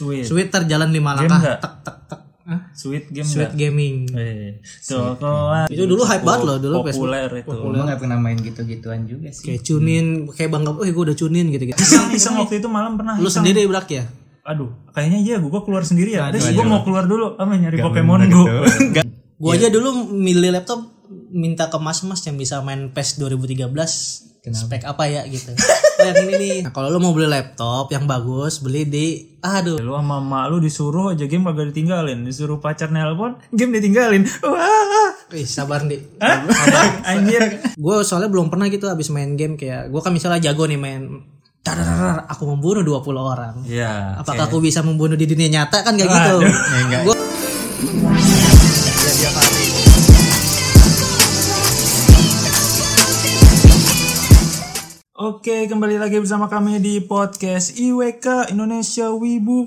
Sweet jalan 5 langkah. Tek tek tek. Sweet gaming. Itu dulu hype banget loh dulu populer itu. Gue nggak pernah main gitu-gituan juga sih. Kayak cunin, kayak bangga, gue udah cunin gitu-gitu. Iseng waktu itu malam pernah. Lu sendiri Brak ya? Aduh, kayaknya iya gue keluar sendiri ya. Terus gue mau keluar dulu, nyari Pokemon Go. Gue aja dulu milih laptop minta ke mas-mas yang bisa main PES 2013. Spek apa ya gitu. Yang ini nih. Nah, kalau lu mau beli laptop yang bagus, beli di lu sama mak lu disuruh aja game kagak ditinggalin, disuruh pacar nelpon, game ditinggalin. Wah. Sabar nih. Anjir. Gue soalnya belum pernah gitu abis main game kayak gue kan misalnya jago nih main aku membunuh 20 orang. Iya. Apakah aku bisa membunuh di dunia nyata kan kayak gitu. Gue Oke, kembali lagi bersama kami di podcast IWK Indonesia Wibu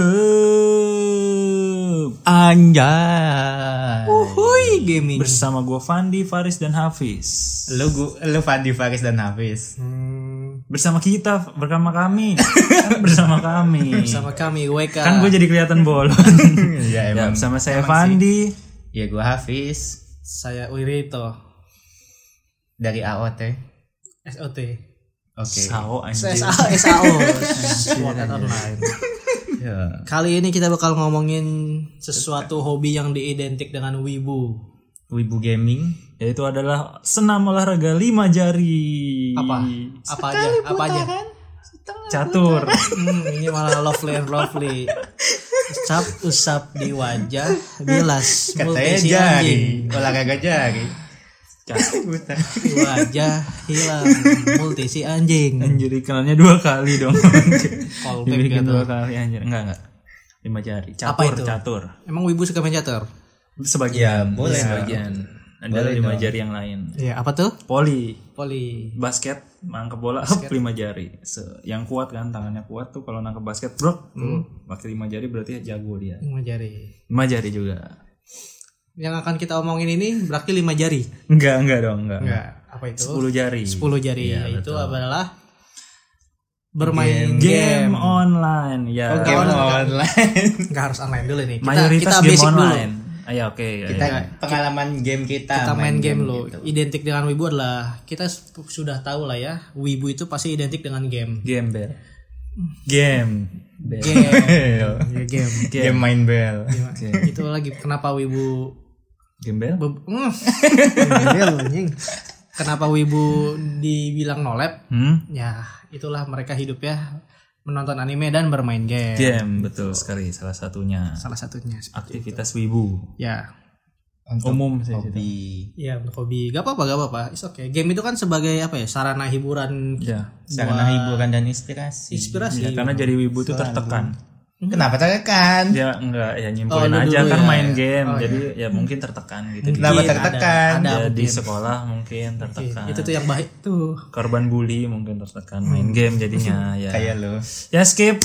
Club. Anjay. Uhuy gaming. Bersama gue Fandi, Faris dan Hafiz. Lu Fandi, Faris dan Hafiz. Bersama kita, bersama kami. Bersama kami IWK. Kan gue jadi kelihatan bolon. Ya, emang. Bersama saya Fandi. Ya gue Hafiz. Saya Wirito. Dari AOT. SOT. Oke. SAO anjir. SAO. Sword Art Online. Ya. Kali ini kita bakal ngomongin sesuatu hobi yang diidentik dengan wibu. Wibu gaming. Yaitu adalah senam olahraga 5 jari. Apa aja? Catur. Ini malah lovely. Usap di wajah, bilas. Katanya jari. Olahraga jari. Di wajah hilang multi si anjing. Anjir ikannya 2 kali dong. Callback gitu. 2 kali anjir. Enggak. 5 jari. Catur. Emang wibu suka main catur? Sebagian. Ya, boleh. Sebagian. Ada 5 jari yang lain. Iya, apa tuh? Poli. Basket. Nangkep bola 5 jari. Yang kuat kan, tangannya kuat tuh kalau nangkep basket, bro. Pakai 5 jari berarti jago dia. 5 jari. 5 jari juga. Yang akan kita omongin ini berarti 5 jari. Enggak dong. Apa itu? 10 jari. 10 jari. Ya, itu betul. adalah bermain game online. Ya. Game online. Enggak harus online dulu nih. Mayoritas kita game basic online. Dulu. Ayo oke. Kita pengalaman game kita. Kita main game lo. gitu. Identik dengan wibu adalah kita sudah tahu lah ya. Wibu itu pasti identik dengan game. Game. Game main bel. Itu lagi kenapa wibu Gembel? Kenapa wibu dibilang nolep? Ya, itulah mereka hidup ya menonton anime dan bermain game. Game, betul sekali salah satunya. Aktivitas wibu. Ya. Untuk umum sih hobi. Iya, untuk hobi. Gak apa-apa. It's okay. Game itu kan sebagai apa ya? Sarana hiburan. Ya. Sarana hiburan dan inspirasi. Ya, karena jadi wibu itu tertekan. Kenapa tertekan? Ya enggak, ya nyimpulin aja kan main game. Jadi ya mungkin tertekan gitu. Kenapa tertekan? Ya, di sekolah mungkin tertekan. Itu tuh yang baik tuh. Korban bully mungkin tertekan main game jadinya ya. Kayak lo. Ya skip.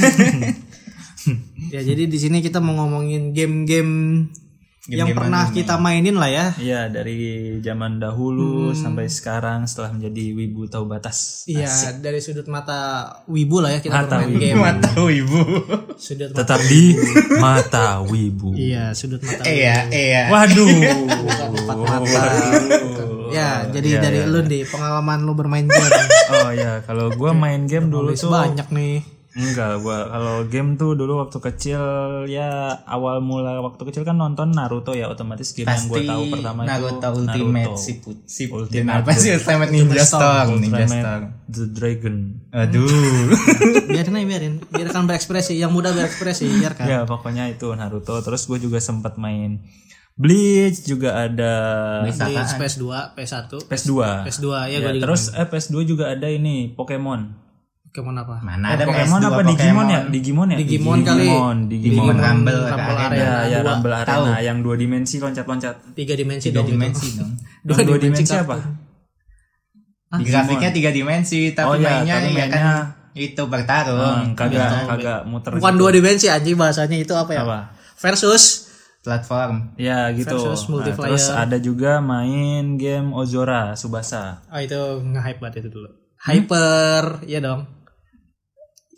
Ya jadi di sini kita mau ngomongin game-game yang pernah kita mainin lah ya. Iya, dari zaman dahulu sampai sekarang setelah menjadi wibu tahu batas. Iya, dari sudut mata wibu lah ya kita Mata bermain wibu. game. Mata wibu. Sudut Tetap di mata wibu. Iya, sudut mata wibu. Iya. Waduh. Empat mata. Ya, jadi dari lu nih pengalaman lu bermain game. Oh ya, kalau gua main game dulu tuh banyak nih. Enggak, gua kalau game tuh dulu waktu kecil ya awal mula waktu kecil kan nonton Naruto ya, otomatis game yang gua tahu pertama Naruto itu Ultimate Naruto. Ultimate apa sih? Ultimate Ninja Storm. The Dragon. Aduh. Biarkan berekspresi, yang muda berekspresi, biarkan. Ya, pokoknya itu Naruto. Terus gue juga sempat main Bleach juga ada. Bleach PS2, PS1. PS2 ya, Ya, gua juga. terus PS2 juga ada ini Pokemon. Pokemon apa? Mana ada Pokemon PS2 apa Digimon ya? Digimon kali. Digimon Rumble Arena. Ya, Rumble Arena yang 2 dimensi loncat-loncat. 3 dimensi 3 dong. dimensi dong. 2 dimensi apa? Di grafiknya 3 dimensi tapi mainnya ya kan itu bertarung. Kagak muter. Bukan 2 dimensi anjing, bahasanya itu apa ya? Apa? Versus platform. Ya gitu. Versus multiplayer. Terus ada juga main game Ozora Tsubasa. Oh, itu nge-hype banget itu dulu. Hyper, ya dong.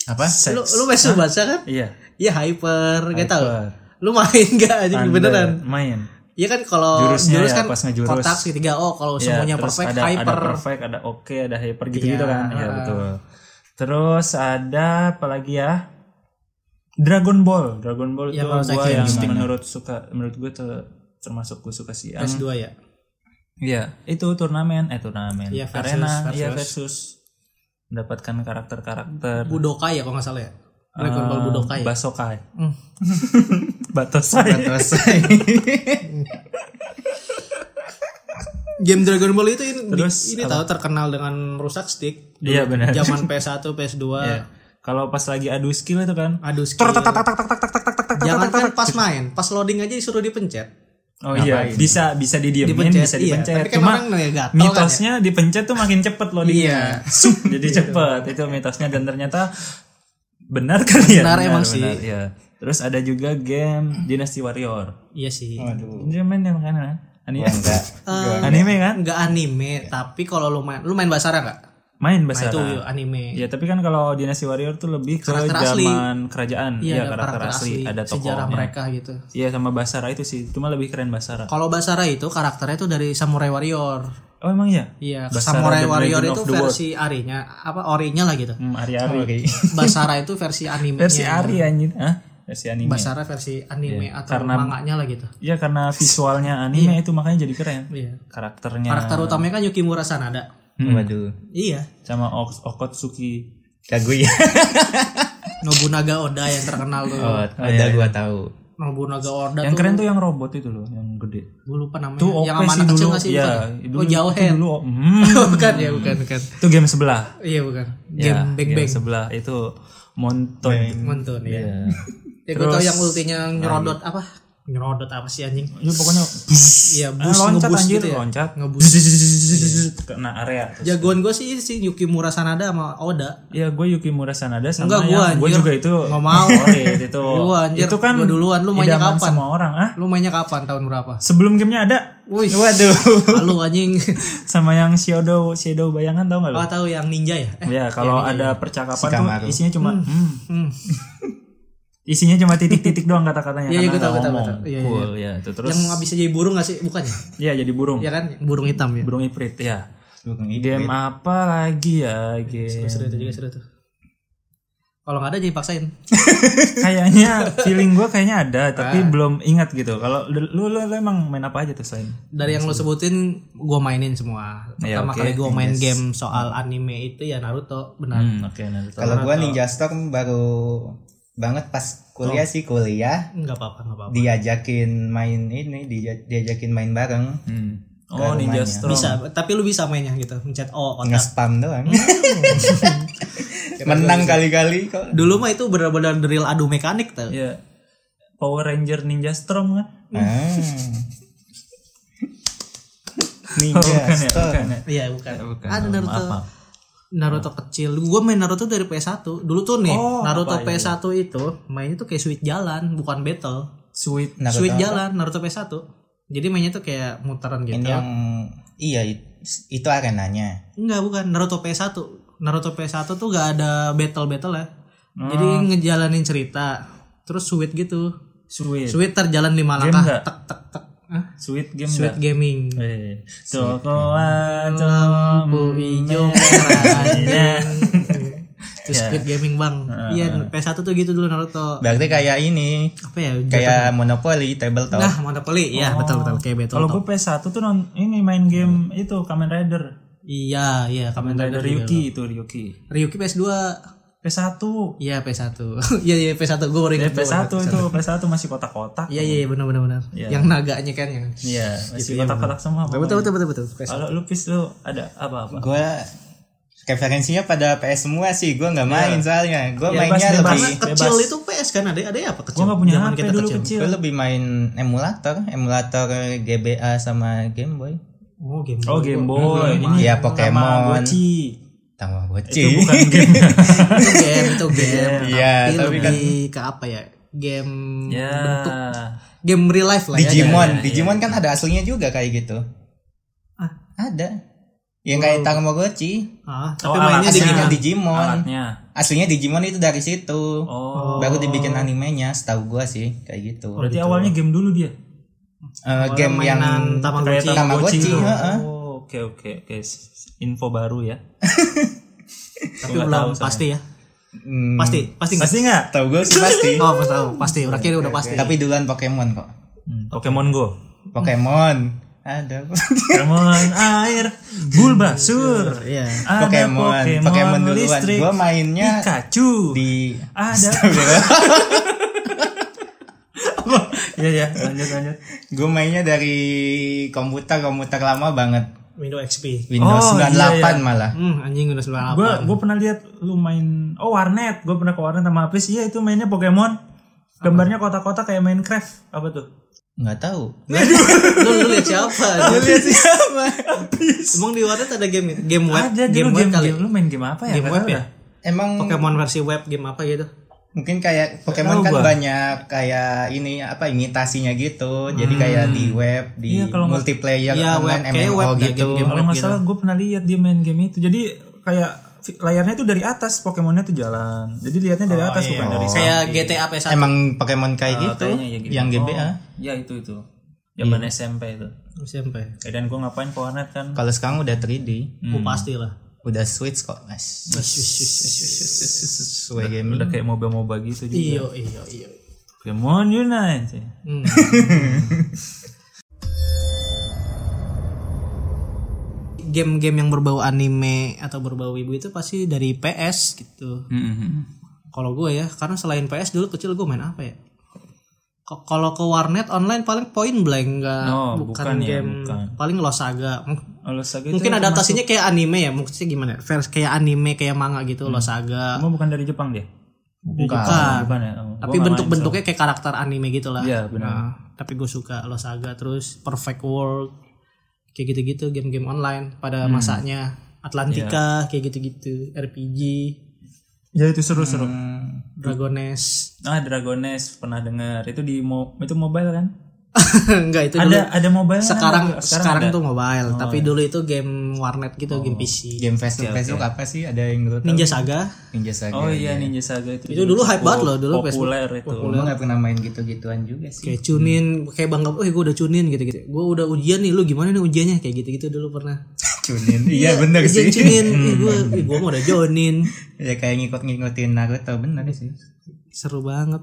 Apa? Lu main Tsubasa kan? Iya. Iya Hyper, enggak tahu. Lu main enggak aja beneran? Main. Iya kan kalau jurus ya, kan pas ngejurus kotak segitiga kalau semuanya perfect ada, hyper. Ada perfect, ada oke, ada hyper gitu-gitu kan. Iya betul. Terus ada apa lagi ya? Dragon Ball itu gua yang menurut gue termasuk gue suka sih. PS2 ya. Iya, itu turnamen. Ya, Arena versus mendapatkan karakter-karakter. Budokai ya kalau enggak salah ya. Dragon Ball Budokai. Basokai. Batosai. Game Dragon Ball itu ini tahu terkenal dengan rusak stick. Iya benar. Zaman PS1, PS2. Iya. Kalau pas lagi adu skill itu kan. Jangan kan pas main, pas loading aja disuruh dipencet. Oh iya, bisa didiemin, bisa dipencet. Kan cuma mitosnya kan ya? Dipencet tuh makin cepet loadingnya. Iya. Jadi cepet itu mitosnya dan ternyata benar kan ya? Benar emang sih. Ya. Terus ada juga game Dynasty Warrior. Iya sih. Dia main yang mana? Anime enggak. Anime kan? Enggak anime, tapi kalau lu main Basara enggak? Main Basara. Itu anime. Ya, tapi kan kalau Dynasty Warrior tuh lebih ke zaman kerajaan. Iya, karakter asli, ada tokohnya. Sejarah mereka gitu. Iya, sama Basara itu sih. Cuma lebih keren Basara. Kalau Basara itu karakternya itu dari Samurai Warrior. Oh, emang iya? Iya, Samurai Warrior itu versi Ari-nya, orinya lah gitu. Ari. Basara itu versi animenya. Versi Ari anjir. Versi anime. Basara versi anime atau manganya lah gitu. Iya, karena visualnya anime itu makanya jadi keren. Iya. Karakter utamanya kan Yukimura Sanada. Waduh. Iya. Sama Okotsuki Kaguya. Nobunaga Oda yang terkenal tuh. Oda gua tahu. Nobunaga Oda yang keren tuh yang robot itu loh, yang gede. Gua lupa namanya. Tuh yang amanah kecil enggak sih? Iya, Jauhen. Bukan. Itu game sebelah. Iya bukan. Game Bang. Sebelah itu Monton ya. Ya gue tau yang ultinya nyerodot apa? Nyerodot apa sih anjing? Ya pokoknya iya loncat ngebus anjir, gitu ya. Loncat. Ngebus kena area. Jagoan gue sih Yukimura Sanada sama Oda. Iya, gue Yukimura Sanada sama gue juga itu. Enggak mau. Itu. Itu kan gua duluan. Lu mainnya kapan? Semua orang, Lu mainnya kapan? Tahun berapa? Sebelum gamenya ada. Wih. Waduh. Lu anjing. Sama yang Shadow Bayangan tau gak lu? Oh, tahu yang ninja ya? Ya, kalau ada percakapan tuh isinya cuma isinya cuma titik-titik doang kata-katanya. Iya, gue tahu. Cool, ya. Itu terus. Yang bisa jadi burung enggak sih? Bukan ya? Iya, jadi burung. Iya kan? Burung hitam ya. Burung Ifrit, ya. Game apa lagi ya? Seru tuh. Kalau nggak ada jadi paksain. Kayaknya feeling gue kayaknya ada, tapi belum ingat gitu. Kalau lu emang main apa aja tuh selain? Dari yang lu sebutin, gue mainin semua. Pertama kali gue main game soal anime itu ya Naruto, benar. Naruto. Kalau gue Ninja Storm baru banget pas kuliah sih kuliah. Enggak apa-apa. Diajakin main bareng. Ninja Storm. Bisa, tapi lu bisa mainnya gitu. Mencet otak. Nge-spam doang. Menang kali-kali kok. Dulu mah itu benar-benar drill adu mekanik tuh. Iya. Power Ranger Ninja Storm kan? Ninja Storm. Iya, bukan. Ada Naruto kecil. Gue main Naruto dari PS1. Dulu tuh nih, Naruto PS1 itu mainnya tuh kayak Switch jalan, bukan battle. Switch jalan, Naruto PS1. Jadi mainnya tuh kayak mutaran gitu. Ini yang itu arenanya. Enggak, bukan. Naruto PS1 tuh gak ada battle ya. Jadi ngejalanin cerita. Terus sweet gitu. Sweet terjalan 5 langkah. Tek. Sweet gaming. Cokolat lampu hijau merah. Itu Squid Gaming bang. Iya PS1 tuh gitu dulu Naruto. Berarti kayak ini. Apa ya? Kayak Monopoly, tabletop. Nah Monopoly, iya betul kayak battle. Kalau gue PS1 tuh ini main game itu Kamen Rider. Iya Kamen Rider Ryuki. Ryuki PS2. PS1. Iya PS1. Iya PS1 gue baru ingat. PS1 masih kotak-kotak. Iya benar. Ya. Yang naganya kan yang. Iya, masih kotak-kotak semua. Betul. Kalau lu ada apa-apa? Gue referensinya pada PS semua sih. Gue enggak main soalnya. Gue mainnya lebih kecil itu PS kan ada apa kecil? Gue enggak punya HP dulu kecil. Gue lebih main emulator GBA sama Game Boy. Game Boy. Iya Pokemon. Tamagotchi. Itu bukan game. itu game. Iya, tapi lebih ke apa ya? Game bentuk game real life lah. Digimon kan ada aslinya juga kayak gitu. Ada. Yang kayak Tamagotchi. Tapi mainnya Digimon. Aslinya Digimon itu dari situ. Baru dibikin animenya, setahu gua sih kayak gitu. Berarti awalnya game dulu dia. Game yang Tamagotchi. Oke. Info baru ya. Tapi belum pasti ya. Pasti nggak? Tahu gue sih pasti. Pasti. Akhirnya udah pasti. Tapi duluan Pokemon kok. Pokemon Go. Pokemon. Ada. Pokemon air, Bulbasaur. Iya. Pokemon duluan. Gue mainnya Pikachu. Ada. Iya, lanjut. Gue mainnya dari komputer lama banget. Windows XP. Windows 98 malah. Anjing Windows 98. Gue pernah lihat lu main warnet. Gue pernah ke warnet sama Apis. Iya itu mainnya Pokemon. Gambarnya kotak-kotak kayak Minecraft. Apa tuh? Nggak tahu. Lu lihat siapa? Emang di warnet ada game web? Ada game web kali. Lu main game apa ya? Game web ya? Emang Pokemon versi web game apa gitu? Mungkin kayak Pokemon kan banyak kayak imitasinya gitu. Jadi kayak di web, di multiplayer online MMO gitu. Kalau nggak salah gue pernah lihat dia main game itu. Jadi kayak layarnya tuh dari atas, Pokemonnya tuh jalan. Jadi lihatnya dari atas bukan dari samping. Kayak GTA PS1. Emang Pokemon kayak gitu. Yang GBA. Ya itu. Zaman SMP itu. SMP. Dan gue ngapain ke warnet kan? Kalau sekarang udah 3D. Pastilah. Udah Switch kok, Mas. Sesuai game. Udah kayak MOBA gitu juga. Iya. Pokemon Unite. Game-game yang berbau anime atau berbau ibu itu pasti dari PS gitu. Kalau gue ya, karena selain PS dulu kecil gue main apa ya? Kalau ke warnet online paling Point Blank bukan game. Paling Lost Saga. Mungkin adaptasinya kayak anime ya, maksudnya gimana? Versi kayak anime kayak manga gitu Lost Saga. Cuma bukan dari Jepang dia. Bukan ya. Tapi bentuk-bentuknya kayak karakter anime gitu lah. Iya, benar. Tapi gue suka Lost Saga, terus Perfect World. Kayak gitu-gitu game-game online pada masanya. Atlantica kayak gitu-gitu, RPG. Ya itu seru-seru. Dragones. Dragones pernah dengar. Itu itu mobile kan? Enggak, itu ada mobile. Sekarang tuh mobile, tapi dulu itu game warnet gitu, game PC. Game Facebook apa sih? Ada yang tahu? Ninja Saga. Oh iya, Ninja Saga itu. Itu dulu hype banget loh, dulu populer Facebook. itu. Gue enggak pernah main gitu-gituan juga sih. Kayak cunin, kayak bangga, gue udah cunin gitu-gitu. Gue udah ujian nih, lu gimana nih ujiannya? Kayak gitu-gitu dulu pernah. Cunin. Iya benar sih. Cunin. Gue mau udah jonin. Ya kayak ngikutin Naruto, benar sih. Seru banget.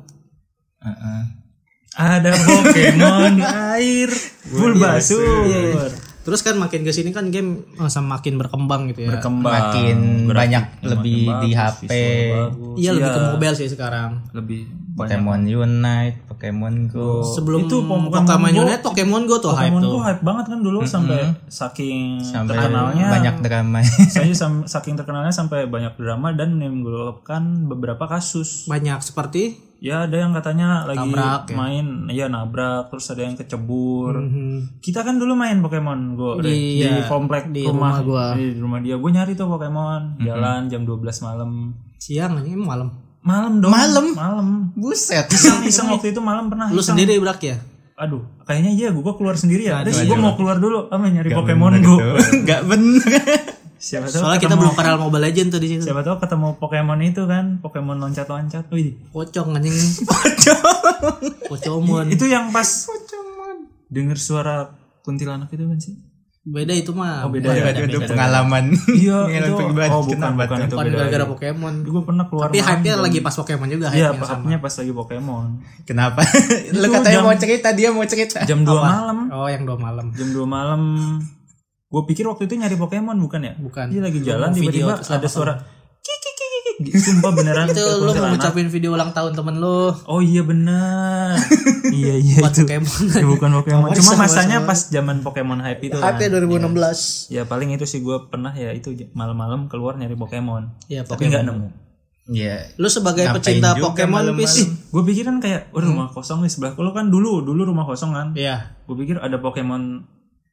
Ada Pokemon air, Bulbasaur. Terus kan makin kesini kan game makin berkembang gitu ya. Makin banyak lebih di HP. Iya, lebih ke mobile sih sekarang. Lebih Pokemon Unite, Pokemon Go. Sebelum itu Pokemon Unite, Pokemon Go tuh hype tuh. Pokemon Go hype banget kan dulu sampai saking terkenalnya. Banyak drama. Saking terkenalnya sampai banyak drama dan menimbulkan beberapa kasus. Banyak seperti ya ada yang katanya lagi nabrak, main nabrak, terus ada yang kecebur. Kita kan dulu main Pokemon Go di komplek di rumah gua. Di rumah dia gue nyari tuh Pokemon jalan jam 12 malam. Siang aja malam. Malam dong. Malam. Buset. Iseng waktu itu malam pernah. Lu sendiri Brak ya? Aduh, kayaknya iya gue keluar sendiri ya. Terus gue mau keluar dulu nyari Pokemon Go. Enggak bener. Siapa tahu soalnya kita belum kenal Mobile Legends tuh di situ. Siapa tahu ketemu Pokemon itu kan, Pokemon loncat-loncat. Wih, pocong anjing. Pocomon. Itu yang pas denger suara kuntilanak itu kan sih? Beda itu mah. Beda. Pengalaman. Iya, itu. Bukan itu beda. Gara-gara Pokemon. Gue pernah keluar. Tapi hype-nya lagi pas Pokemon juga. Iya, hype-nya pas lagi Pokemon. Kenapa? Lu katanya mau cerita, dia mau cerita. Jam 2 malam. Oh, yang 2 malam. Jam 2 malam. Gue pikir waktu itu nyari Pokemon bukan ya? Bukan. Dia lagi jalan tiba-tiba ada suara sumpah beneran. Itu lu mau ngucapin video ulang tahun temen lu. Oh iya benar. iya itu. Pokemon. Bukan Pokemon. Cuma masanya pas zaman Pokemon hype itu. Hype 2016. Ya paling itu sih gue pernah ya itu malam-malam keluar nyari Pokemon. Ya, tapi nggak nemu. Iya. Lu sebagai pecinta Pokemon pis. Gue pikiran kayak rumah kosong di sebelah. Lu kan dulu rumah kosong kan. Iya. Gue pikir ada Pokemon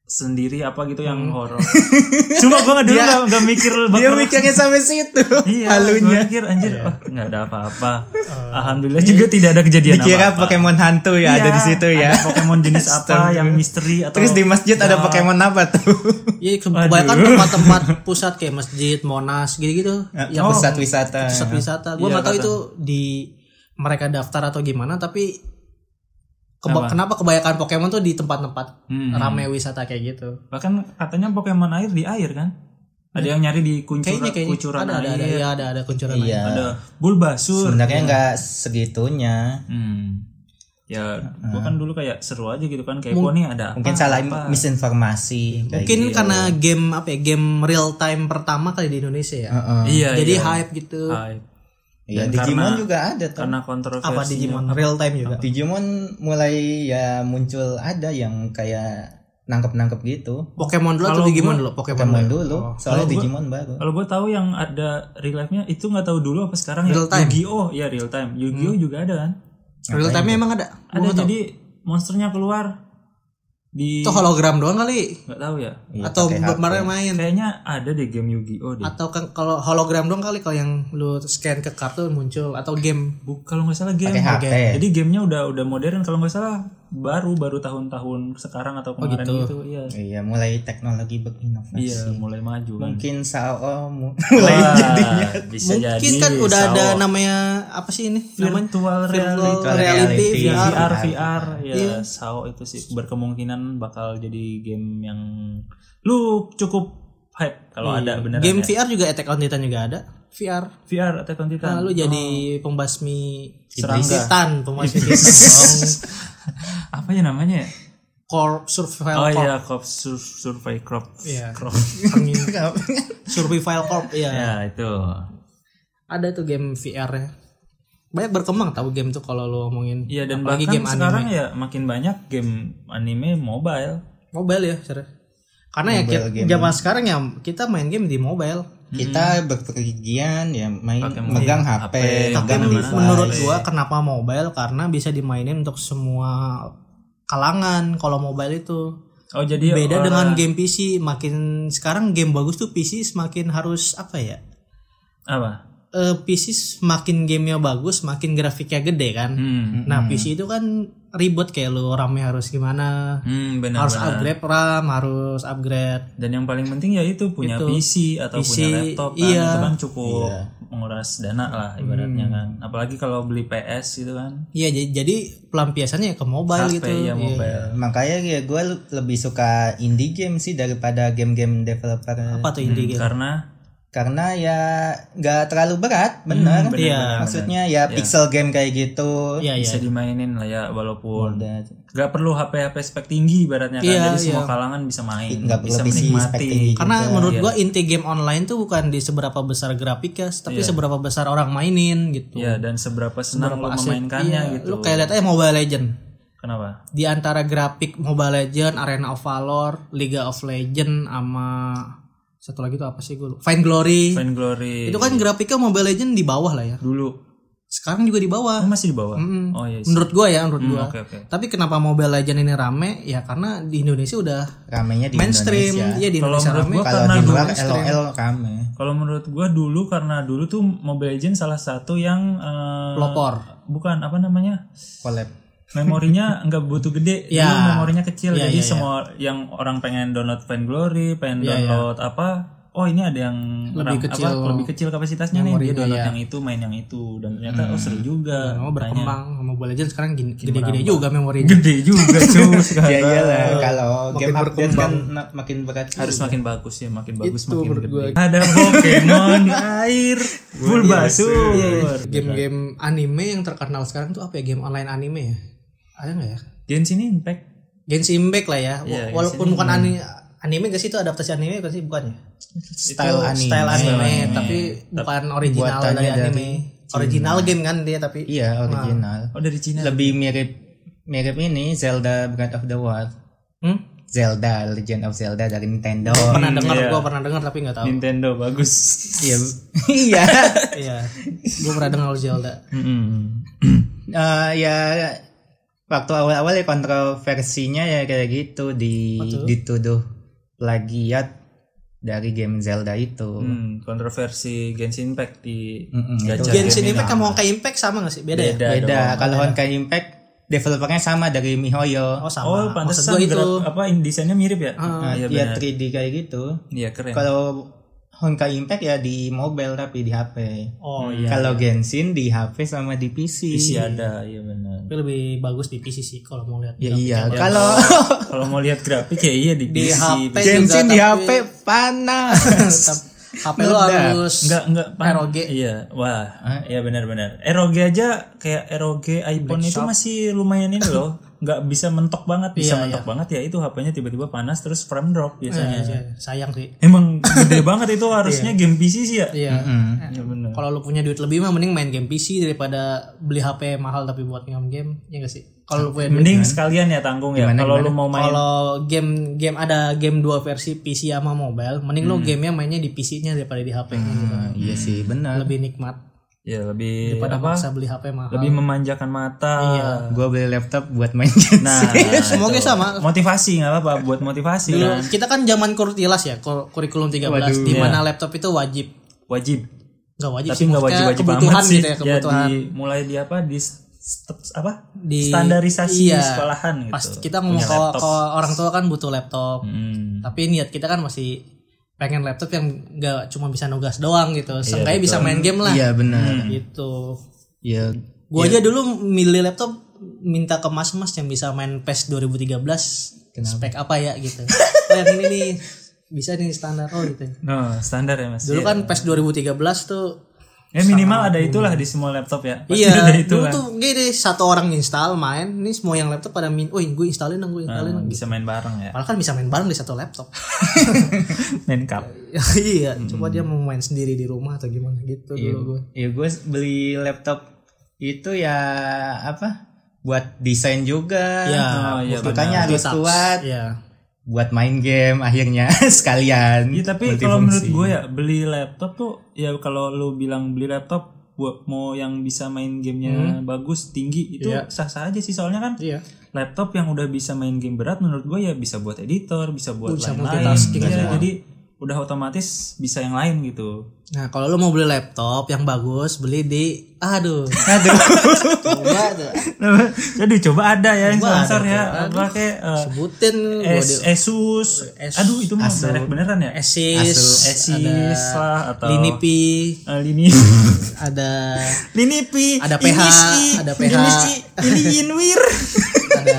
sendiri apa gitu yang horor. Cuma gue nggak mikir dia mikirnya sampai situ. Iya, halunya. Gue mikir anjir, nggak ada apa-apa. Alhamdulillah juga tidak ada kejadian dikira apa-apa. Pokemon hantu ya ada di situ ya. Ada Pokemon jenis apa yang misteri atau. Terus di masjid ada Pokemon apa tuh? Iya, kebanyakan tempat-tempat pusat kayak masjid, Monas gitu-gitu. Yang pusat wisata. Pusat wisata. Gue nggak tahu itu di mereka daftar atau gimana, tapi kenapa kebanyakan Pokemon tuh di tempat-tempat ramai wisata kayak gitu. Bahkan katanya Pokemon air di air kan? Ada yang nyari di kucuran air. Ada kuncuran air. Ada Bulbasaur. Sebenarnya enggak segitunya. Ya, gua kan dulu kayak seru aja gitu kan, kayak nih ada mungkin salah misinformasi. Mungkin gitu. Karena game real time pertama kali di Indonesia ya. Iya. Jadi hype gitu. Iya, Digimon juga ada tuh. Karena kontroversi. Apa Digimon? Real time juga. Digimon mulai ya muncul ada yang kayak nangkep gitu. Pokemon dulu atau Digimon dulu? Pokemon dulu. Soalnya Digimon baru. Kalau gue tahu yang ada real life-nya itu nggak tahu dulu apa sekarang real ya. Time. Yu-Gi-Oh, ya real time. Yu-Gi-Oh juga ada kan? Real time-nya emang ada. Ada, jadi monsternya keluar di itu hologram doang kali, nggak tahu ya, atau kemarin main kayaknya ada deh game Yu-Gi-Oh deh. Atau kan kalau hologram doang kali, kalau yang lu scan ke kartu muncul, atau game kalau nggak salah game. Jadi gamenya udah modern, kalau nggak salah baru tahun-tahun sekarang atau kemarin gitu. Iya, mulai teknologi berinovasi. Iya, mulai maju kan. Mungkin SAO mulai jadinya bisa mungkin jadi kan udah SAO. Ada namanya apa sih ini, virtual reality, VR ya. SAO itu sih berkemungkinan bakal jadi game yang lu cukup hype kalau ada beneran. Game VR juga Attack on Titan juga ada. VR Attack on Titan. Lu jadi pembasmi serangga. Pembasmi Titan. Apa ya namanya? Corp Survival Corp. Oh iya, Corp Survival Corp. Iya. Survival Corp. Iya. Ya, itu. Ada tuh game VR-nya. Banyak berkembang tahu game tuh kalau lu ngomongin. Iya, dan bahkan game sekarang anime. Ya makin banyak game anime mobile. Mobile ya, serius. Karena mobile ya zaman sekarang ya kita main game di mobile. Kita berpergian ya megang HP. Tapi menurut gua kenapa mobile, karena bisa dimainin untuk semua kalangan kalau mobile itu. Oh, jadi beda dengan game PC. Makin sekarang game bagus tuh PC semakin harus apa ya? Apa? PC semakin gamenya bagus, makin grafiknya gede kan. Nah PC itu kan ribet, kayak lu RAM-nya harus gimana, harus upgrade RAM, harus upgrade. Dan yang paling penting ya itu punya PC atau punya laptop kan, itu kan cukup menguras dana lah ibaratnya kan. Apalagi kalau beli PS gitu kan. Iya, jadi pelampiasannya ke mobile HP, gitu. Ya, mobile. Makanya ya gue lebih suka indie game sih daripada game-game developer. Apa tuh indie game? Karena ya nggak terlalu berat, bener. Maksudnya ya pixel game kayak gitu, bisa dimainin lah ya, walaupun nggak perlu HP spek tinggi ibaratnya kan, jadi semua kalangan bisa main, bisa menikmati. Karena menurut gua inti game online tuh bukan di seberapa besar grafiknya, tapi seberapa besar orang mainin gitu. Iya, dan seberapa senang lo memainkannya gitu. Lu kayak lihat aja Mobile Legend. Kenapa? Di antara grafik Mobile Legend, Arena of Valor, League of Legend, sama satu lagi tuh apa sih gue lupa. Fine Glory. Itu kan grafiknya Mobile Legends di bawah lah ya. Dulu. Sekarang juga di bawah. Masih di bawah. Oh iya. Menurut gue. Okay. Tapi kenapa Mobile Legends ini rame? Ya karena di Indonesia udah ramenya di mainstream. Iya, di Indonesia rame. Kalau di luar LOL rame. Kalau menurut gue dulu, karena dulu tuh Mobile Legends salah satu yang pelopor. Bukan, apa namanya? Collab. Memorinya enggak butuh gede, memorinya kecil, jadi semua yang orang pengen download Fine Glory, pengen download apa, ini ada yang lebih kecil kapasitasnya nih, dia download yang itu, main yang itu, dan ternyata seru juga. Berkembang. Mobile Legends sekarang gede-gede juga memorinya. Gede juga cuy. Ya iyalah, kalau game update kan makin berat. Harus makin bagus ya, makin bagus makin gede. Ada Pokemon air, Bulbasaur. Game-game anime yang terkenal sekarang tuh apa ya, game online anime ya? Ada nggak ya? Genshin Impact lah ya. Walaupun bukan anime gak sih, itu adaptasi anime gak sih, bukan ya? Style anime, tapi bukan original dari anime. Original game kan dia, tapi iya original. Dari Cina. Lebih mirip ini Zelda Breath of the Wild. Zelda Legend of Zelda dari Nintendo. Gue pernah dengar tapi nggak tahu. Nintendo bagus. Iya. Gue pernah dengar Zelda. Ya waktu awal-awal ya kontroversinya ya kayak gitu dituduh plagiat dari game Zelda itu. Kontroversi Genshin Impact di gacha. Genshin Impact sama Honkai Impact sama nggak sih? Beda. Kalau Honkai Impact developernya sama dari MiHoYo. Oh sama. Pantesan desainnya mirip ya? Iya 3D kayak gitu. Iya keren. Kalau Honkai Impact ya di mobile tapi di HP. Oh iya. Kalau Genshin di HP sama di PC. PC ada, iya benar. Tapi lebih bagus di PC sih kalau mau lihat. Ya iya. Kalau mau lihat grafik ya iya di PC. HP Genshin di HP panas. HP lu harus enggak ROG. Iya. Wah, iya benar-benar. ROG aja kayak ROG iPhone itu masih lumayan ini loh. Enggak bisa mentok banget, banget ya itu HP-nya tiba-tiba panas terus frame drop biasanya. Sayang sih. Emang gede banget itu harusnya game PC sih ya. Iya. Iya benar. Kalau lu punya duit lebih mah mending main game PC daripada beli HP mahal tapi buat game, ya enggak sih? Kalau lu punya mending sekalian ya tanggung ya. Kalau lu mau main game ada game 2 versi PC sama mobile, mending lu gamenya mainnya di PC-nya daripada di HP gitu. Iya sih, benar. Lebih nikmat. Ya lebih daripada maksa beli HP mahal. Lebih memanjakan mata. Iya. Gua beli laptop buat main. Nah, semoga sama. Motivasi enggak apa-apa buat motivasi dulu, kan. Kita kan zaman kurtilas ya, kurikulum 13 di mana laptop itu wajib. Enggak wajib tapi sih, enggak wajib kebutuhan sih. Gitu ya, kebutuhan. Ya, mulai di apa? Di standarisasi sekolahan gitu. Pas kita ngomong ke orang tua kan butuh laptop. Tapi niat kita kan masih pengen laptop yang gak cuma bisa nugas doang gitu. Seenggaknya bisa main game lah. Iya benar. Gitu. Iya. Gua aja dulu milih laptop minta ke mas yang bisa main PES 2013. Kenapa? Spek apa ya gitu. Yang ini nih bisa nih standar gitu. Standar ya Mas. Dulu kan PES 2013 tuh minimal ada itulah di semua laptop ya. Pasti iya. Dulu tuh gini satu orang install main, ini semua yang laptop pada gue installin dong. Bisa main bareng ya. Malah kan bisa main bareng di satu laptop. Main cup. Iya, coba dia mau main sendiri di rumah atau gimana gitu dulu gue. Iya, gue beli laptop itu ya buat desain juga. Makanya harus kuat. Iya. Buat main game akhirnya sekalian. Iya tapi kalau menurut gue ya beli laptop tuh ya kalau lu bilang beli laptop buat mau yang bisa main gamenya bagus tinggi itu sah-sah aja sih soalnya kan laptop yang udah bisa main game berat menurut gue ya bisa buat editor bisa buat lain-lain jadi udah otomatis bisa yang lain gitu. Nah kalau lu mau beli laptop yang bagus beli di coba ada ya yang sponsor ya pakai sebutin Asus. Aduh itu mah merek beneran ya. Asus lah atau Linipi ada PH ini Yinwir ada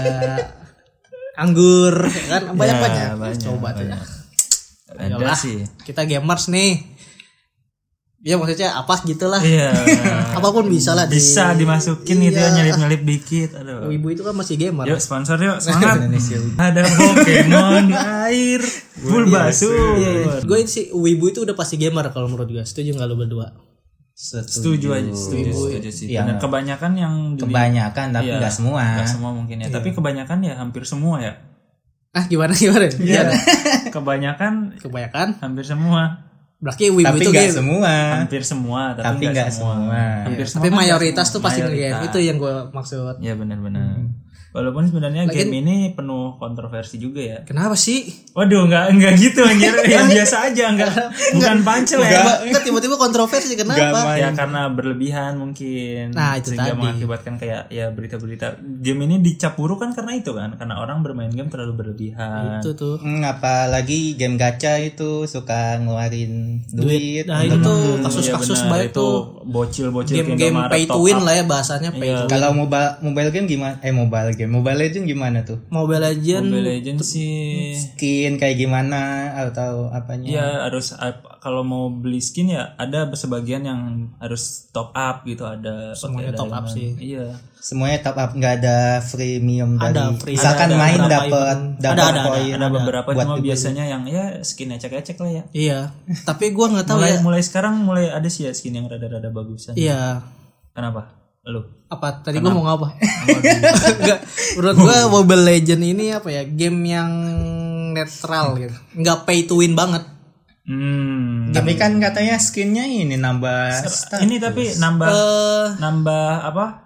Anggur kan banyak. Coba tuh ya. Yalah, kita gamers nih. Ya maksudnya apa gitulah. Iya. Apapun bisa lah. Bisa dimasukin gitu ya nyelip-nyelip dikit. Aduh. Ibu itu kan masih gamer. Yuk sponsor yuk semangat. Ada Pokemon air Bulbasaur. Gue sih Wibu itu udah pasti gamer kalau menurut gue. Setuju nggak lo berdua? Setuju sih. Ya, dan kebanyakan tapi nggak semua. Nggak semua mungkin ya. Tapi kebanyakan ya hampir semua ya. Gimana? Iya. Kebanyakan hampir semua. Berarti Wibu tapi itu gak semua. Hampir semua, tapi nggak semua. Hampir semua. Tapi mayoritas tuh pasti game. Itu yang gue maksud. Iya benar-benar. Walaupun sebenarnya game ini penuh kontroversi juga ya. Kenapa sih? Waduh, enggak gitu anjir. Yang biasa aja, bukan pancel ya. Enggak tiba-tiba kontroversi kenapa? Ya karena berlebihan mungkin. Nah, itu sehingga tadi. mengakibatkan kayak ya berita-berita. Game ini dicap buruk kan karena itu kan, karena orang bermain game terlalu berlebihan. Itu tuh. Apalagi game gacha itu suka ngeluarin duit. Nah, itu tuh kasus-kasus banyak tuh. Bocil-bocil game pay to win lah ya bahasanya pay to win. Kalau mobile game gimana? Mobile Legends gimana tuh? Mobile Legends sih skin kayak gimana atau apanya? Ya harus kalau mau beli skin ya ada sebagian yang harus top up gitu ada. Semuanya top up sih. Iya. Semuanya top up nggak ada freemium ada dari. Free. Misalkan ada, main dapat poin. Ada beberapa cuma biasanya yang ya skin ecek-ecek lah ya. Iya. Tapi gua nggak tahu mulai sekarang mulai ada sih ya skin yang rada-rada bagusan. Iya. Kenapa? Lu apa tadi gue mau ngapa? Enggak, menurut gue Mobile Legend ini apa ya game yang netral gitu, nggak pay to win banget. Tapi kan katanya skinnya ini nambah ini tapi nambah apa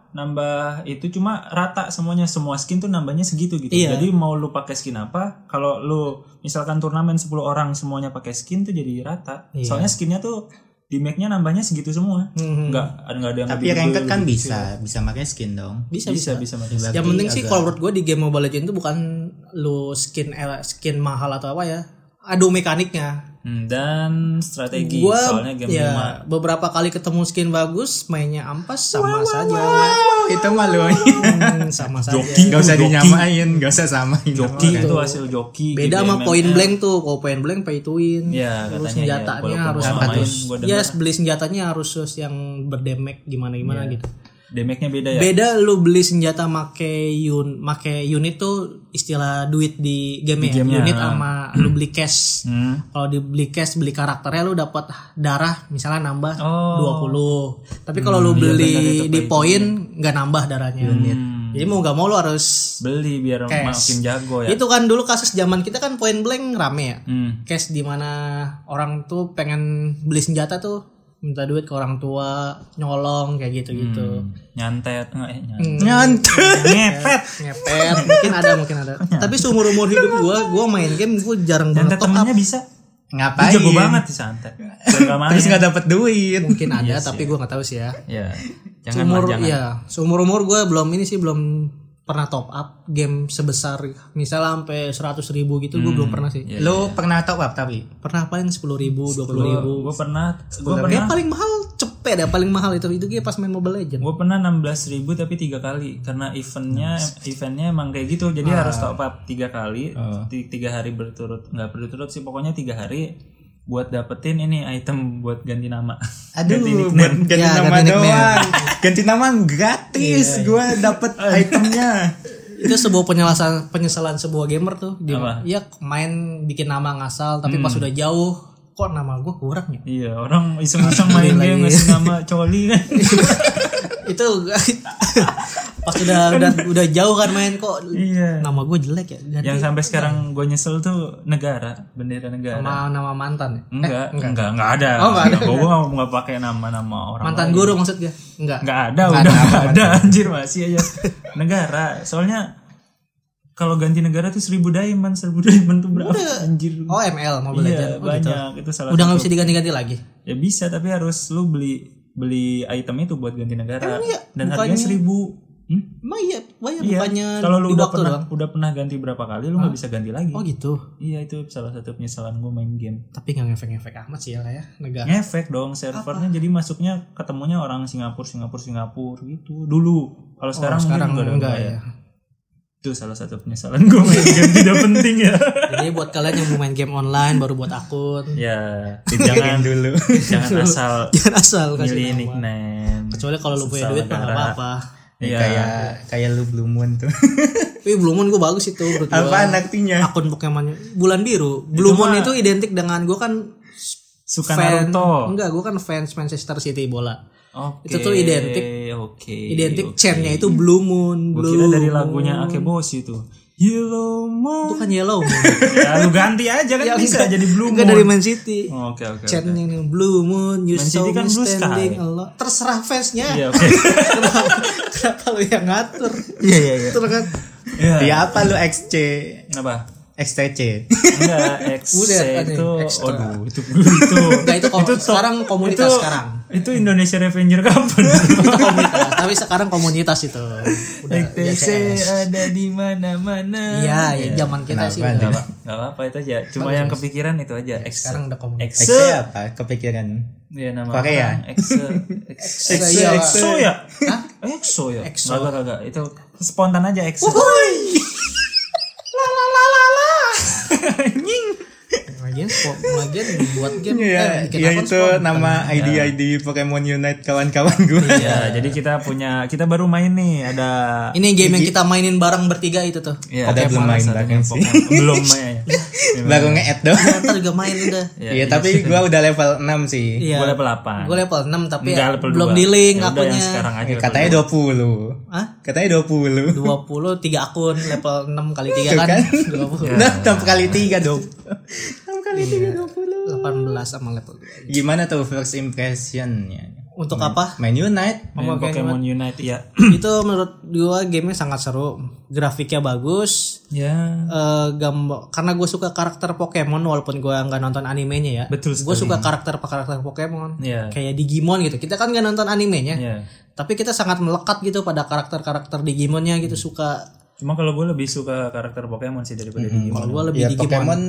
nambah itu cuma rata semuanya, semua skin tuh nambahnya segitu gitu. Jadi mau lu pakai skin apa, kalau lu misalkan turnamen 10 orang semuanya pakai skin tuh jadi rata. Soalnya skinnya tuh di Mac-nya nambahnya segitu semua. Enggak ada yang tapi ranked kan bisa pakai skin dong. Bisa pakai. Yang penting sih kalau menurut gue di game Mobile Legends itu bukan lu skin mahal atau apa ya. Adu mekaniknya. Dan strategi. Soalnya game 5. Beberapa kali ketemu skin bagus, mainnya ampas sama saja. Itu malu. Sama saja. Gak usah dinyamain, gak usah samain. Joki itu hasil joki. Beda sama Point Blank tuh. Kalau Point Blank pay to win. Terus senjatanya harus beli senjatanya harus yang berdamage gimana gitu. Damage-nya beda ya? Beda lu beli senjata make unit tuh istilah duit di game ya. Unit sama lu beli cash. Kalau beli cash beli karakternya lu dapat darah misalnya nambah 20. Tapi kalau lu beli di poin enggak nambah darahnya. Jadi mau gak mau lu harus beli biar makin jago ya. Itu kan dulu kasus zaman kita kan Point Blank rame ya. Cash di mana orang tuh pengen beli senjata tuh minta duit ke orang tua, nyolong kayak gitu-gitu. Nyantet ngepet mungkin ada. Tapi seumur hidup gua main game gua jarang banget top up. bisa. Ngapain? Jago banget sih santet. Terus enggak dapat duit. Mungkin ada tapi gua enggak tahu sih ya. Iya. Jangan. Seumur gua belum pernah top up game sebesar misalnya sampai 100.000 gitu. Gue belum pernah sih. Lo pernah top up tapi? Pernah paling 10.000, 20.000. Gue pernah. Game paling mahal cepet ya, paling mahal itu gue pas main Mobile Legends. Gue pernah 16.000 tapi 3 kali karena eventnya emang kayak gitu. Jadi harus top up 3 kali, 3 hari berturut, nggak berturut sih, pokoknya 3 hari buat dapetin ini item buat ganti nama. Aduh, ganti nama doang. Ganti nama gratis. Gue dapet itemnya. Itu sebuah penyesalan sebuah gamer tuh. Dia main bikin nama ngasal tapi pas udah jauh kok nama gue kurang ya. Iya, orang iseng-iseng main game ngasih nama coli kan. Itu pas udah jauh kan main kok nama gue jelek ya. Ganti, yang sampai sekarang gue nyesel tuh bendera negara. Sama nama mantan ya? Enggak ada. Oh, enggak ada. Gue enggak pakai nama-nama orang. Mantan guru maksud gue? Enggak ada anjir, masih aja negara. Soalnya kalau ganti negara tuh 1.000 diamond tuh berapa anjir. Oh, ML Mobile Legends. Banyak gitu. Itu salah. Udah enggak bisa diganti-ganti lagi? Ya bisa, tapi harus lu beli item itu buat ganti negara. Dan harganya 1.000. Iya, bukannya kalau lu udah pernah ganti berapa kali lu nggak bisa ganti lagi. Oh gitu. Iya, itu salah satu penyesalan gue main game. Tapi nggak ngefek amat sih ya negara. Ngefek dong servernya. Jadi masuknya ketemunya orang Singapura gitu dulu. Kalau sekarang enggak ya. Itu salah satu penyesalan gue main game tidak penting ya. Jadi buat kalian yang mau main game online baru buat akun. Ya, jangan dulu. Jangan asal kasih nickname. Kecuali kalau lu punya duit enggak apa-apa. Iya. Kayak lu Blue Moon tuh. Tapi Blue Moon gue bagus itu menurut gue. Apaan artinya? Akun Pokemon Bulan Biru. Blue Moon itu identik dengan gue kan suka Naruto. Enggak, gue kan fans Manchester City bola. Okay, itu tuh identik chain-nya itu Blue Moon. Gue kira dari lagunya Akeboshi itu Yellow Moon. Itu kan Yellow Moon. Ya lu ganti aja kan bisa jadi Blue Moon. Enggak dari Man City. Oke. Chain-nya ini Blue Moon, you saw kan me standing alone. Terserah fansnya. Iya, oke. Kenapa lu yang ngatur? Iya. Terus kan. Ya apa lu XC? Apa? XTC. Enggak, XC itu itu sekarang komunitas sekarang. Itu Indonesia Revenger kapan? Itu komunitas, tapi sekarang komunitas itu. Udah XTC ada di mana-mana. Iya, zaman kita sih enggak apa-apa itu aja. Cuma yang kepikiran itu aja. Sekarang udah komunitas. XC apa? Kepikiran. Iya nama. Pakai ya? EXO ya? Hah? EXO ya? Kagak. Itu spontan aja EXO. Lagian buat game ya itu nama ID Pokemon Unite kawan-kawan gue. Iya, jadi kita baru main nih, ada ini game yang kita mainin bareng bertiga itu tuh. Iya, ada belum main bareng sih. Belum main. Baru nge-add doang. Ntar juga main udah. Iya, tapi gue udah level 6 sih. Gue level 8. Gue level 6 tapi belum di link akunnya. Katanya 20. Hah? Katanya 20. 20 3 akun level 6 kali 3 kan 20. Nah, 6 kali 3 dong. 6 kali 3 20. 18 sama level 2. Gimana tuh first impressionnya? Untuk apa? Main Unite. Main Pokemon Unite ya. Itu menurut gua gamenya sangat seru, grafiknya bagus. Ya. Karena gue suka karakter Pokemon walaupun gua nggak nonton animenya ya. Betul. Gue suka karakter Pokemon. Yeah. Kayak Digimon gitu. Kita kan nggak nonton animenya. Yeah. Tapi kita sangat melekat gitu pada karakter Digimonnya gitu, suka. Cuma kalau gue lebih suka karakter Pokemon sih daripada Digimon. Kalau gue lebih Digimon. Pokemon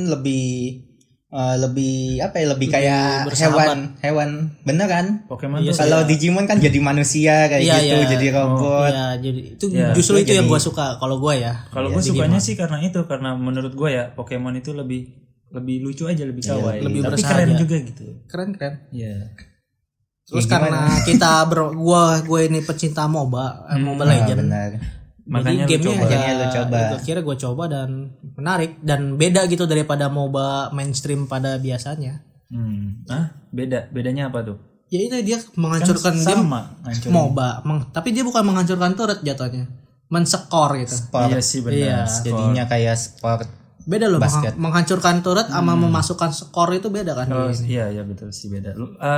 lebih apa ya, lebih kayak hewan bener kan? Pokemon tuh kalau Digimon kan jadi manusia kayak gitu, jadi robot. Iya, jadi itu justru itu yang gue suka kalau gue ya. Kalau gue sukanya sih karena menurut gue ya Pokemon itu lebih lucu aja, lebih kawaii, lebih tapi keren juga gitu. Keren. Iya. Terus karena kita gue ini pecinta MOBA Legends. Benar. Makanya jadi gamenya lu coba. Kira gue coba dan menarik dan beda gitu daripada MOBA mainstream pada biasanya. Bedanya apa tuh? Ya itu dia menghancurkan game MOBA, tapi dia bukan menghancurkan turret jatuhnya, menskor gitu. Iya sih benar. Iya. Jadinya kayak sport. Beda loh, menghancurkan turret sama memasukkan skor itu beda kan? Iya betul sih beda.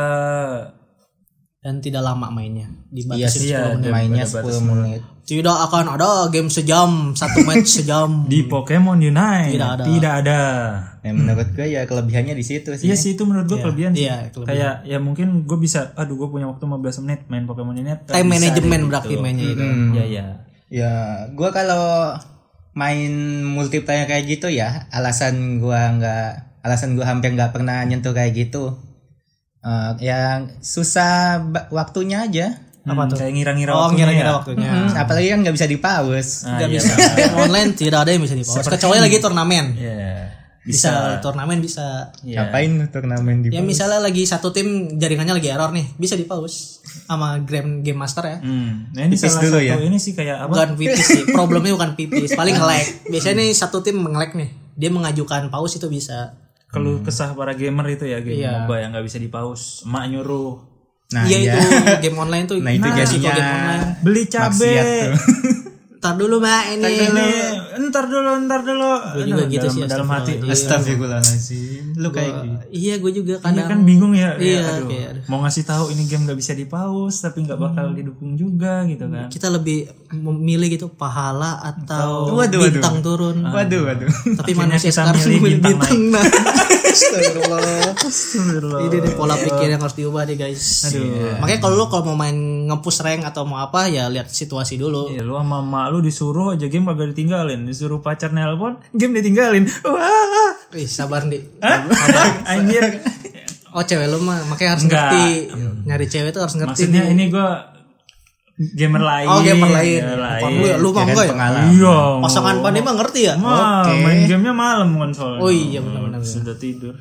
Dan tidak lama mainnya, dibatasi 10 menit. Mainnya 10 menit. Tidak akan ada game sejam, 1 match sejam di Pokemon Unite. Tidak ada. Menurut gue ya kelebihannya di situ sih. Iya sih, itu menurut gue kelebihan sih. Kayak ya mungkin gue bisa, gue punya waktu 15 menit main Pokemon Unite. Time management berarti mainnya itu. Iya. Ya, gue kalau main multiplayer kayak gitu ya, alasan gue hampir nggak pernah nyentuh kayak gitu. Yang susah waktunya aja. Apa tuh? Kayak ngira-ngira waktunya. Apalagi kan nggak bisa di-pause. Nggak bisa. Online tidak ada yang bisa di-pause. Kecuali lagi turnamen. Bisa turnamen bisa. Ngapain turnamen di-pause? Ya misalnya lagi satu tim jaringannya lagi error nih, bisa di-pause sama game master ya. Nah ini salah satu ya. Ini sih kayak apa? Bukan pipis sih. Problemnya bukan pipis, paling nge-lag. Biasanya nih satu tim nge-lag nih. Dia mengajukan pause itu bisa. Keluh kesah para gamer itu ya, game MOBA yang nggak bisa di-pause. Emak nyuruh. Itu game online tuh. Itu jadinya game online. Beli cabe. Ntar dulu Mbak ini. Ntar dulu. Gue juga gitu sih dalam hati. Astagfirullahaladzim. Lu kayak gitu. Iya gue juga kadang. Kan bingung ya. Iya. Mau ngasih tahu ini game nggak bisa di-pause tapi nggak bakal didukung juga gitu kan. Kita lebih memilih gitu pahala atau bintang turun. Waduh. Tapi manusia sekarang memilih bintang. Astagfirullah. Ini nih pola pikir yang harus diubah nih guys. Makanya kalau mau main nge-push rank atau mau apa ya lihat situasi dulu. Iya, lu sama mak lu disuruh aja game kagak ditinggalin, disuruh pacar nelpon, game ditinggalin. Wah. Wih, sabar Dik. Anjir. Oh, cewek lu mah makanya harus ngerti. Nyari cewek tuh harus ngerti. Maksudnya ini gua gamer lain. Oh, gamer lain. Lu mah enggak ya? Iya. Pasangan Pandi mah ngerti ya? Main gamenya malam konsolnya. Oh iya benar-benar. Sudah tidur.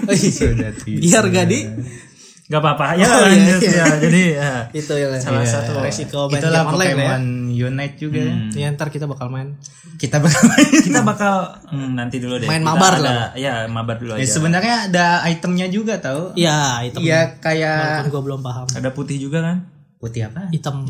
Biar gak di Gak apa-apa ya lanjut ya. Jadi itu ya salah satu resiko main game online Pokemon Unite juga. Ya ntar kita bakal main. Kita bakal nanti dulu deh. Main mabar lah. Ya mabar dulu aja. Sebenarnya ada itemnya juga tahu. Iya item. Iya kayak. Gue belum paham. Ada putih juga kan? Putih apa? Item.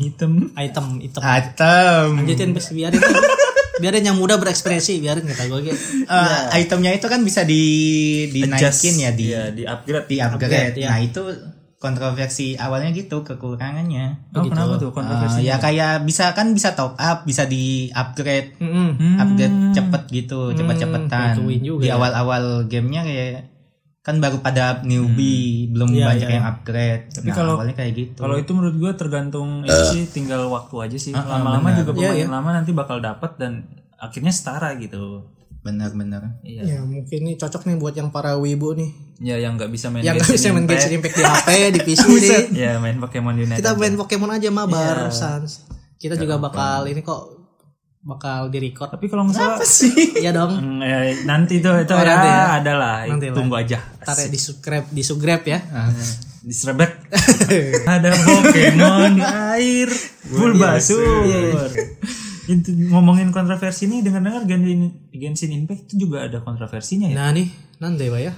Lanjutin biarin. Biarin yang muda berekspresi, biarin kata gue gitu. Itemnya itu kan bisa dinaikin ya di upgrade. Nah itu kontroversi awalnya gitu kekurangannya. Kenapa tuh kontroversi? Ya kayak bisa top up, bisa di upgrade, upgrade cepet gitu, cepet-cepetan. Di awal-awal gamenya kayak kan baru pada newbie, belum banyak yang upgrade. Tapi kalau awalnya kayak gitu. Kalau itu menurut gue tergantung itu sih, tinggal waktu aja sih. Lama-lama juga pemain lama nanti bakal dapat dan akhirnya setara gitu. Benar. Iya. Ya mungkin ini cocok nih buat yang para wibu nih. Ya yang nggak bisa main. Yang nggak bisa main Genshin Impact di HP, di PC nih. Ya main Pokemon Unite. Kita main Pokemon aja mabar, Sans. Kita juga bakal di record. Tapi kalau nggak salah apa sih? Iya dong. Nanti itu ya adalah. Tunggu aja. Ntar ya di subscribe ya. Di Srebek. Ada Pokemon air Bulbasur. Ngomongin kontroversi nih, dengar-dengar Genshin Impact itu juga ada kontroversinya ya. Nah nih, nanti Bayu.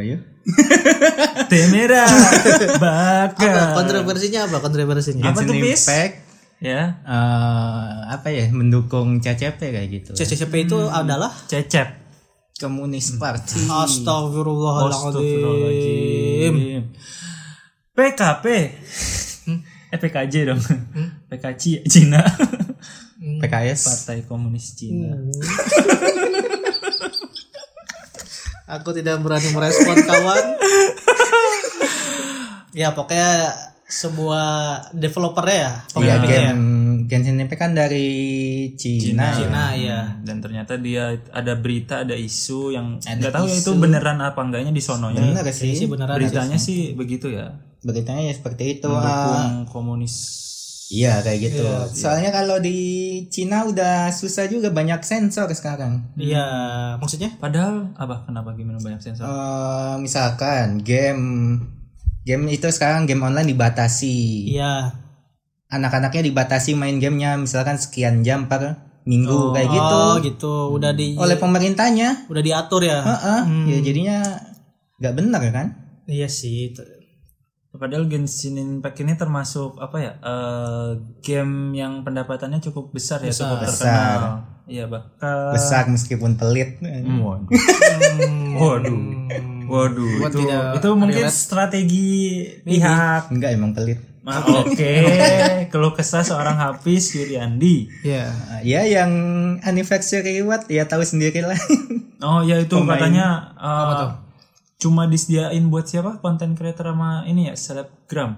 Temera bakal. Kontroversinya apa? Genshin Impact ya apa ya, mendukung CCP kayak gitu. CCP itu adalah Cecep Komunis Party. Astagfirullahaladzim. PKP PKJ dong. PKC Cina. PKS. Partai Komunis Cina. Aku tidak berani merespon kawan. Ya pokoknya sebuah developernya ya. Iya, Genshin Impact kan dari Cina ya. Dan ternyata dia ada berita, ada isu yang nggak tahu ya itu beneran apa enggaknya di sononya. Bener sih. Beritanya sih begitu ya. Beritanya ya seperti itu. Mendukung komunis. Iya kayak gitu. Soalnya kalau di Cina udah susah juga, banyak sensor sekarang. Iya, maksudnya? Padahal kenapa gimana banyak sensor? Misalkan game itu sekarang game online dibatasi. Iya. Anak-anaknya dibatasi main gamenya, misalkan sekian jam per minggu kayak gitu. Oh gitu, udah oleh pemerintahnya. Udah diatur ya. Ya jadinya nggak benar kan? Iya sih. Padahal Genshin Impact ini termasuk game yang pendapatannya cukup besar ya, cukup terkenal. Iya bahkan besar meskipun pelit. Waduh, itu mungkin strategi pihak. Enggak, emang pelit. Oke, keluh kesah seorang Hafiz Wiriandi. Iya. Ya yang anniversary reward ya tahu sendiri lah. Oh ya itu katanya apa tuh? Cuma disediain buat siapa? Content creator sama ini ya, selebgram.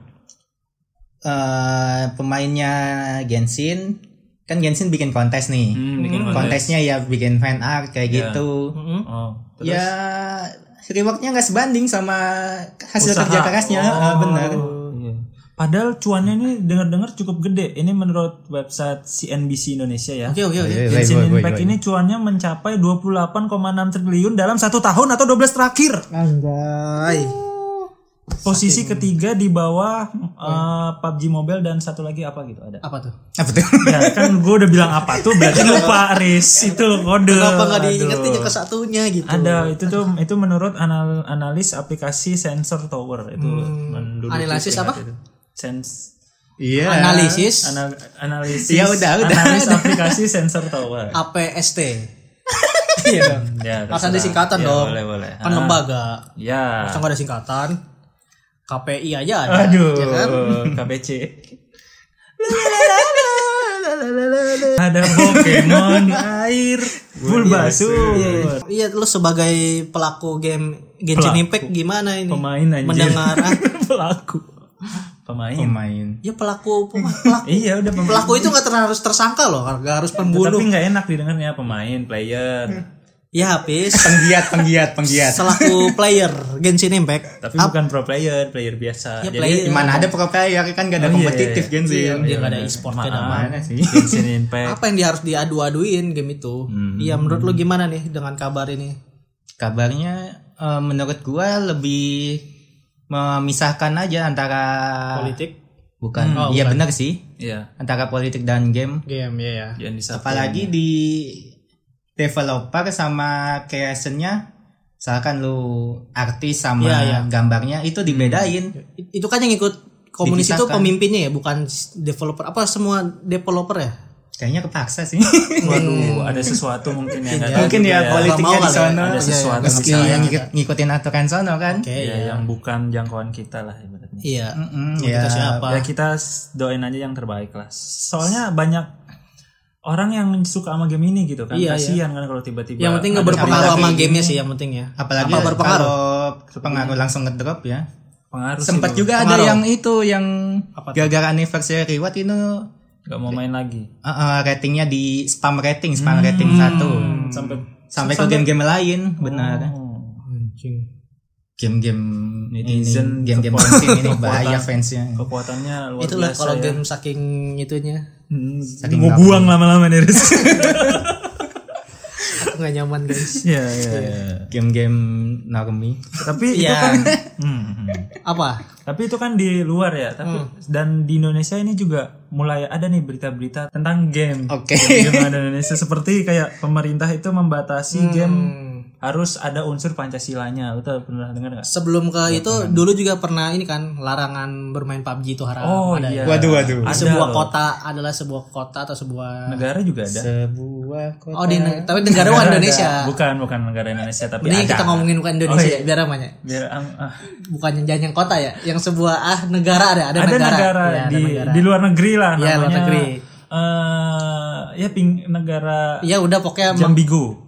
Pemainnya Genshin kan Genshin bikin kontes nih. Kontesnya ya bikin fan art kayak gitu. Terus? Ya rewardnya nggak sebanding sama hasil kerja kerasnya. Benar. Padahal cuannya ini dengar-dengar cukup gede. Ini menurut website CNBC Indonesia ya. Oke. Genshin Impact ini cuannya mencapai 28,6 triliun dalam 1 tahun atau 12 terakhir. Anjay. Posisi ketiga di bawah PUBG Mobile dan satu lagi apa gitu ada. Apa tuh? Ya kan gue udah bilang apa tuh berarti lupa Riz. Itu kode. Kenapa nggak diingetin ke satunya gitu? Ada itu menurut analis aplikasi Sensor Tower itu. Analisis apa? Iya. Analisis. Analisis. Ya udah. Analis aplikasi Sensor Tower. APST. Iya dong. Ya, harus ada singkatan dong. Boleh. Kan lembaga. Ya. Masa nggak ada singkatan? KPI aja ada. Aduh. Ya kan? KPC. Ada Pokemon air. Bulbasaur. Iya, lu sebagai pelaku game Genshin Impact gimana ini? Pemain anjir. Mendengar Pemain. Ya pelaku. Iya udah pemain. Pelaku itu nggak harus tersangka loh, nggak harus pembunuh. Tapi nggak enak didengarnya player. Ya habis. Penggiat. Selaku player Genshin Impact. Tapi bukan pro player biasa. Ya, jadi mana ada pro player kan gak ada kompetitif Genshin. Dia nggak ada e-sport mana sih. Genshin Impact. Apa yang dia harus diadu-aduin game itu? Iya menurut lu gimana nih dengan kabar ini? Kabarnya menurut gua lebih memisahkan aja antara politik. Bukan. Iya benar sih. Iya. Antara politik dan game. Ya. Apalagi di developer sama creationnya, misalkan lu artis sama gambarnya itu dibedain. Itu kan yang ikut komunis itu pemimpinnya ya, bukan developer. Apa semua developer ya? Kayaknya kepaksa sih. Waduh, ada sesuatu mungkin ya. Mungkin ya politiknya di sana. Ada sesuatu meski yang ngikutin aturan sana kan. Yang bukan jangkauan kita lah ibaratnya. Iya. Kita siapa? Ya kita doain aja yang terbaik lah. Soalnya banyak orang yang suka sama game ini gitu kan. Kasihan kan kalau tiba-tiba. Yang penting nggak berpengaruh sama gamenya sih yang penting ya. Apalagi kalau pengaruh langsung ngedrop ya. Pengaruh. Sempat juga ada yang itu yang gara-gara anniversary reward itu gak mau main lagi. Ratingnya di spam rating 1 sampai ke game-game lain. Benar. Game-game netizen, game-game ini bahaya fansnya. Kekuatannya luar itulah biasa. Kalau game saking itunya. Saking mau buang lama-lama nih. Aku gak nyaman guys. Iya. Game-game Narumi. Tapi itu kan apa? Tapi itu kan di luar ya. Tapi dan di Indonesia ini juga mulai ada nih berita-berita tentang game. Game ada Indonesia seperti kayak pemerintah itu membatasi game harus ada unsur Pancasilanya. Lu pernah dengar nggak? Sebelum ke itu dulu juga pernah ini kan larangan bermain PUBG itu haram. Oh ada iya. Waduh. Sebuah kota adalah sebuah kota atau sebuah negara juga ada. Sebuah kota. Oh tapi negara bukan Indonesia. Bukan negara Indonesia tapi ini ada. kita ngomongin bukan Indonesia biar namanya. Bukan yang kota ya, yang sebuah negara ada negara. Ya, di luar negeri lah namanya. Ya, luar negeri. Negara. Ya udah pokoknya Jambigo.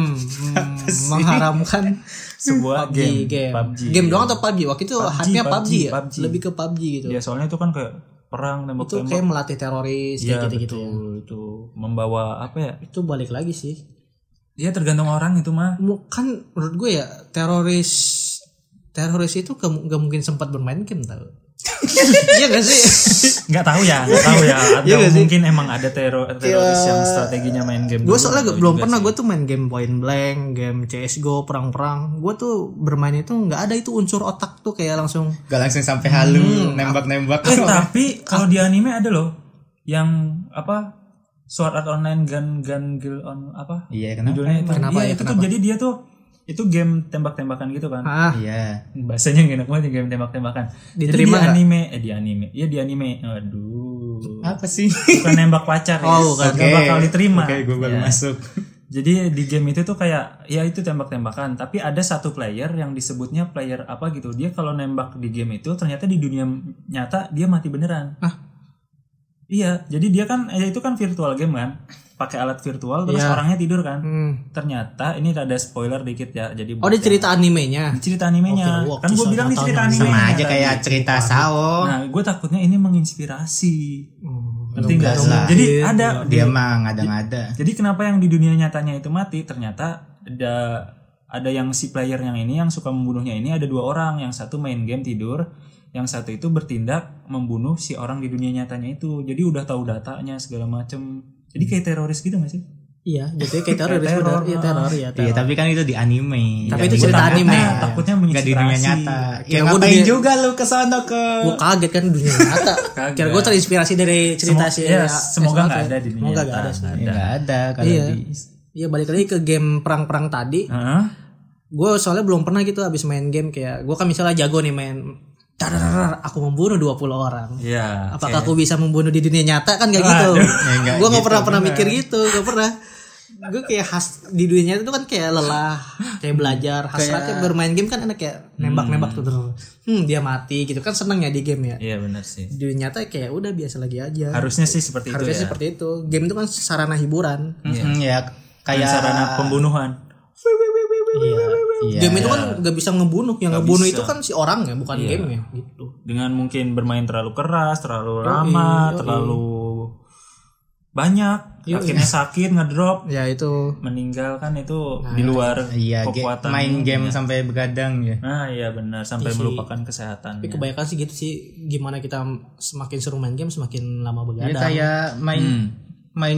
Mengharamkan sebuah game. Game doang atau PUBG? Waktu itu hype-nya PUBG ya. Lebih ke PUBG gitu. Ya soalnya itu kan kayak perang tembak-tembak. Itu kayak melatih teroris kayak gitu-gitu. Itu membawa apa ya? Itu balik lagi sih. Ya tergantung orang itu mah. Kan menurut gue ya teroris itu gak mungkin sempat bermain game tau. Iya gak sih? Gak tahu ya. Atau mungkin emang ada teroris yang strateginya main game. Gue soalnya belum pernah gue tuh main game Point Blank, game CSGO, perang-perang. Gue tuh bermain itu gak ada itu unsur otak tuh kayak langsung. Gak langsung sampai halu nembak-nembak. Tapi kalau di anime ada loh yang apa Sword Art Online Gun Guild on apa? Iya kenapa? Judulnya itu. Kenapa ya? Tuh, jadi dia tuh itu game tembak-tembakan gitu kan. Iya. Bahasanya enak banget game tembak-tembakan. Diterima jadi di anime. Iya di anime. Aduh. Apa sih? Bukan nembak pacar ya. Bukan. Gak bakal diterima. Oke, gue baru masuk. Jadi di game itu tuh kayak ya itu tembak-tembakan, tapi ada satu player yang disebutnya player apa gitu. Dia kalau nembak di game itu ternyata di dunia nyata dia mati beneran. Iya, jadi dia kan itu kan virtual game kan. Pakai alat virtual terus orangnya tidur kan. Ternyata ini ada spoiler dikit ya. Jadi di cerita animenya. Cerita animenya. Kan gue bilang di cerita animenya. Sama aja kayak cerita Sao. Nah, gue takutnya ini menginspirasi. Ngerti enggak? Jadi ada dia mah ngada-ngada. Jadi kenapa yang di dunia nyatanya itu mati? Ternyata ada yang si player yang ini yang suka membunuhnya ini ada 2 orang. Yang satu main game tidur, yang satu itu bertindak membunuh si orang di dunia nyatanya itu. Jadi udah tahu datanya segala macem. Jadi kayak teroris gitu gak sih? Iya, jadi kayak teroris teror. Iya, tapi kan itu di anime. Tapi itu cerita anime. Takutnya menginspirasi. Gak di dunia nyata. Ya ngapain juga lu kesana ke. Gue kaget kan dunia nyata. Kira gue terinspirasi dari cerita semoga gak ada di dunia nyata. Semoga gak ada sih. Gak ada kalau Iya, balik lagi ke game perang-perang tadi. Gue soalnya belum pernah gitu abis main game kayak gue kan misalnya jago nih main. Aku membunuh 20 orang. Iya. Apakah aku bisa membunuh di dunia nyata kan gak gitu? Gue gak pernah mikir gitu, gak pernah. Gue kayak di dunia nyata itu kan kayak lelah, kayak belajar. Hasratnya bermain game kan enak kayak nembak-nembak tuh. Dia mati gitu kan seneng ya di game ya. Iya benar sih. Di dunia nyata kayak udah biasa lagi aja. Harusnya sih seperti itu. Harusnya seperti itu. Game itu kan sarana hiburan. Ya kayak sarana pembunuhan. Iya. Game itu kan gak bisa ngebunuh, yang ngebunuh itu kan si orangnya bukan gamenya gitu. Dengan mungkin bermain terlalu keras, terlalu lama, terlalu banyak, akhirnya sakit, ngedrop, ya itu meninggal kan itu di luar kekuatan. Main game sampai begadang ya. Nah iya benar sampai melupakan kesehatan. Tapi kebanyakan sih gitu sih, gimana kita semakin seru main game semakin lama begadang. Ya kayak main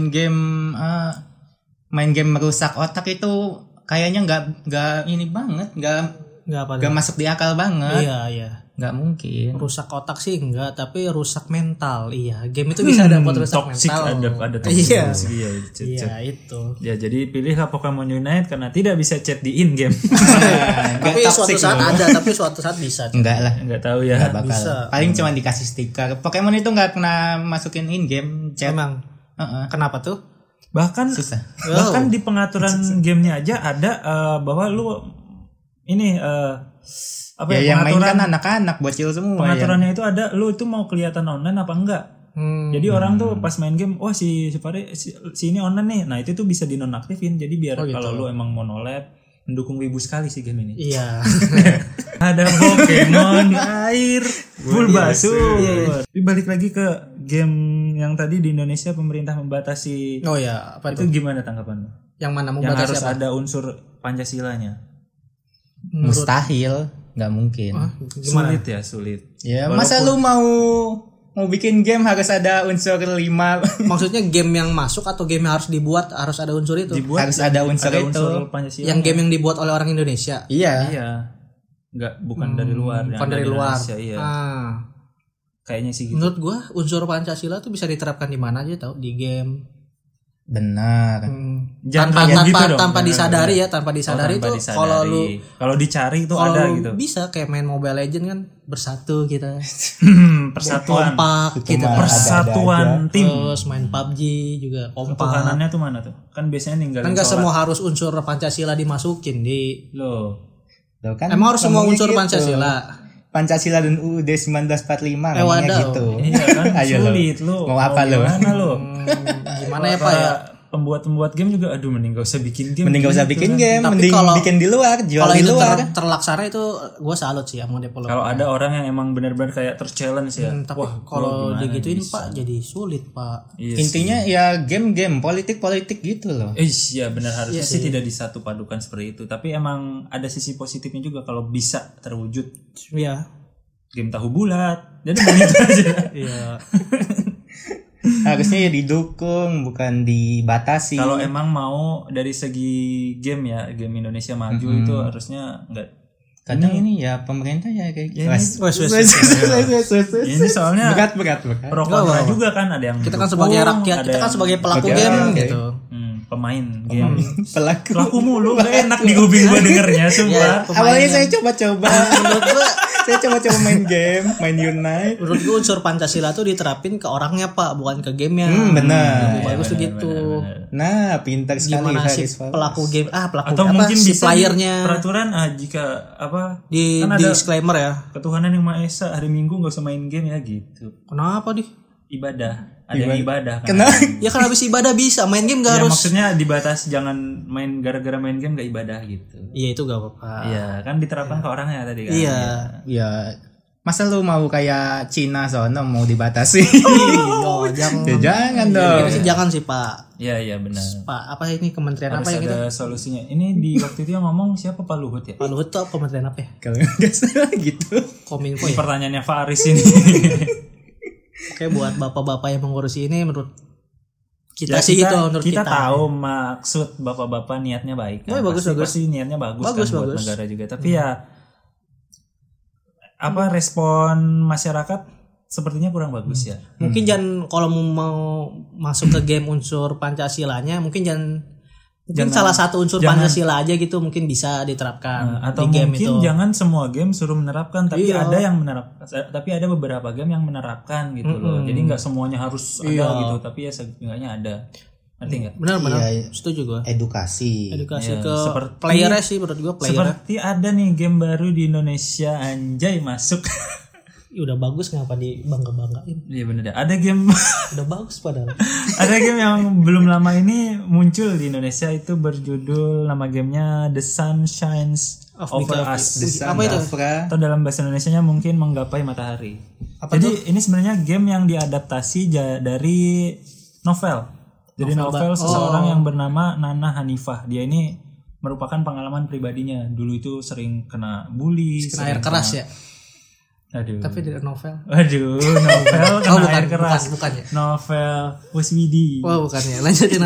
game merusak otak itu. Kayaknya nggak ini banget, nggak masuk di akal banget. Iya. Nggak mungkin. Rusak otak sih enggak, tapi rusak mental. Iya, game itu bisa ada buat rusak toxic, mental. Ada toxic. Iya, itu. Ya jadi pilihlah Pokemon Unite karena tidak bisa chat di in game. Tapi suatu saat ada, tapi suatu saat bisa. Enggak lah, enggak tahu ya. Nggak bakal. Bisa. Paling cuma dikasih stiker. Pokemon itu nggak pernah masukin in game chat. Emang. Kenapa tuh? Bahkan susah. Bahkan di pengaturan gamenya aja ada bahwa lu ini apa ya yang main kan anak-anak bocil semua. Pengaturannya itu ada lu itu mau kelihatan online apa enggak. Jadi orang tuh pas main game si ini online nih. Nah, itu tuh bisa dinonaktifin. Jadi biar kalau lu emang monoled mendukung wibu sekali sih game ini. Iya. Ada Pokemon di air, Bulbasaur. Tapi balik lagi ke game yang tadi di Indonesia pemerintah membatasi. Oh ya, apa itu gimana tanggapanmu? Yang mana membatasi? Yang harus ada unsur Pancasilanya. Mustahil, nggak mungkin. Sulit. Ya, walaupun, masa lu mau bikin game harus ada unsur 5. Maksudnya game yang masuk atau game yang harus dibuat harus ada unsur itu? Harus ada unsur itu. Yang game yang dibuat oleh orang Indonesia? Iya. Bukan dari luar. Bukan dari luar. Iya. Kayaknya sih gitu. Menurut gua unsur Pancasila tuh bisa diterapkan di mana aja tau, di game. Benar. Tanpa disadari ya, tanpa disadari itu kalau dicari itu ada gitu. Bisa kayak main Mobile Legend kan bersatu kita. Persatuan. Kompak kita. Persatuan tim. Terus main PUBG juga kompak. Ketukanannya tuh mana tuh? Kan biasanya ninggalin. Kan enggak semua harus unsur Pancasila dimasukin di. Loh kan emang harus semua unsur gitu. Pancasila dan UUD 1945 ngomongnya gitu. Iya kan. Sulit lu. Mau apa lu? Gimana ya Pak ya? Pembuat game juga mending gak usah bikin game. Mending gak usah bikin game, Tapi mending bikin di luar, jual di luar. Kalau terlaksana itu gue salut sih sama developer. Kalau ada orang yang emang benar-benar kayak terchallenge ya. Tapi kalau digituin Pak jadi sulit Pak. Yes, intinya ya game-game, politik gitu loh. Iya benar, harusnya sih tidak disatu padukan seperti itu. Tapi emang ada sisi positifnya juga kalau bisa terwujud. Iya. Game tahu bulat. Jadi begitu aja. Iya. Harusnya ya didukung, bukan dibatasi. Kalau emang mau dari segi game ya, game Indonesia maju itu harusnya enggak. Kadang ini ya pemerintah ya kayak gitu. Ini soalnya berat. Pro kontra juga kan, ada yang kita kan sebagai rakyat, kita kan sebagai pelaku game gitu. Pemain game. Pelaku mulu, gak enak di kuping gue dengernya sumpah. Awalnya saya coba-coba. Menurut gue saya coba-coba main game, main Unite. Menurut gue unsur Pancasila tuh diterapin ke orangnya Pak, bukan ke gamenya. Benar. Bagus tuh gitu. Nah, pintar sekali. Gimana sih pelaku game? Pelaku atau apa? Mungkin Si bisa playernya. Peraturan jika apa? Di kan ada disclaimer ya. Ketuhanan yang Maha Esa, hari Minggu gak usah main game ya gitu. Kenapa Ibadah. Ada yang ibadah kan. Kenapa? Ya kan habis ibadah bisa, main game gak harus. Maksudnya dibatasi, jangan main gara-gara main game gak ibadah gitu. Iya itu gak apa-apa. Iya, kan diterapkan ke orangnya tadi kan. Iya. Masa lu mau kayak Cina sono mau dibatasi? Jangan dong. Jangan sih Pak. Iya benar. Pak, apa ini kementerian harus apa yang ada solusinya. Ini di waktu itu yang ngomong siapa, Pak Luhut ya? Pak Luhut tuh kementerian apa ya? Kalau enggak salah gitu. Kominfo ya. Pertanyaannya Faris ini. Oke, buat bapak-bapak yang mengurusi ini menurut kita sih itu menurut kita tahu maksud bapak-bapak niatnya baik kan. Bagus. Pasti niatnya bagus kan buat negara juga. Tapi ya respon masyarakat sepertinya kurang bagus ya. Mungkin jangan kalau mau masuk ke game unsur Pancasilanya mungkin jangan salah satu unsur Pancasila aja gitu mungkin bisa diterapkan atau di game mungkin itu. Jangan semua game suruh menerapkan, tapi ada yang menerapkan, tapi ada beberapa game yang menerapkan gitu loh. Jadi nggak semuanya harus ada gitu, tapi ya setidaknya ada. Ngerti nggak? Benar. Setuju gue. Edukasi ke playernya sih menurut gue playernya. Seperti ada nih game baru di Indonesia, anjay masuk. Udah bagus ngapa dibangga-banggain. Iya bener. Ada game udah bagus padahal. Ada game yang belum lama ini muncul di Indonesia, itu berjudul, nama gamenya The Sun Shines Over Us. Apa itu? Atau dalam bahasa Indonesianya mungkin Menggapai Matahari. Jadi ini sebenarnya game yang diadaptasi dari novel. Jadi novel seseorang yang bernama Nana Hanifah. Dia ini merupakan pengalaman pribadinya. Dulu itu sering kena bully, kena air keras ya. Aduh. Tapi dari novel. Aduh, novel kena air keras. Bukan ya. Novel Waswidi. Oh, bukan ya. Lanjutin.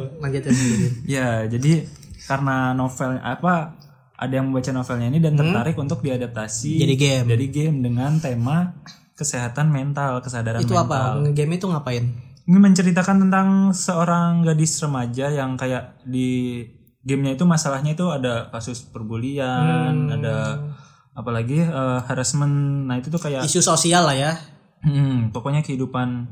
Ya, jadi karena novel ada yang membaca novelnya ini dan tertarik untuk diadaptasi jadi game dengan tema kesehatan mental, kesadaran itu mental. Itu apa? Game itu ngapain? Ini menceritakan tentang seorang gadis remaja yang kayak di gamenya itu masalahnya itu ada kasus perbulian, ada apalagi harassment. Nah itu tuh kayak isu sosial lah ya. Pokoknya kehidupan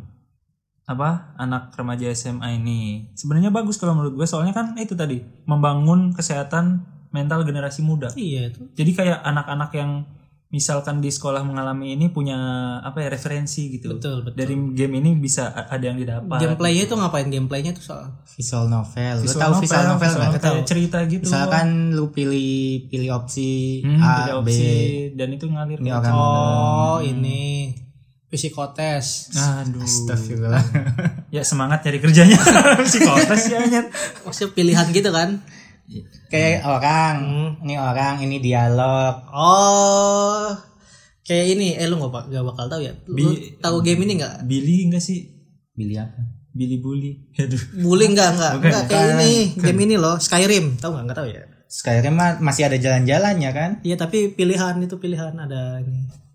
anak remaja SMA ini sebenarnya bagus kalau menurut gue, soalnya kan itu tadi membangun kesehatan mental generasi muda. Iya itu. Jadi kayak anak-anak yang misalkan di sekolah mengalami ini punya referensi gitu. Betul. Dari game ini bisa ada yang didapat. Gameplaynya itu ngapain? Gameplaynya tuh soal visual novel. Lu tahu visual novel nggak? Kayak cerita gitu. Misalkan lu pilih opsi A, B, dan itu ngalir. Ini psikotes. Aduh. Astagfirullah. Ya semangat cari kerjanya. Psikotes ya nyet. Maksudnya pilihan gitu kan? Kayak orang, ini dialog. Oh, kayak ini. Lu nggak bakal tahu ya? Lu tahu game ini nggak? Billy nggak sih? Billy apa? Billy Bully. Aduh. Bully nggak kayak ini. Game ini loh, Skyrim. Tahu nggak? Nggak tahu ya? Skyrim masih ada jalan-jalannya kan? Iya, tapi pilihan ada ini.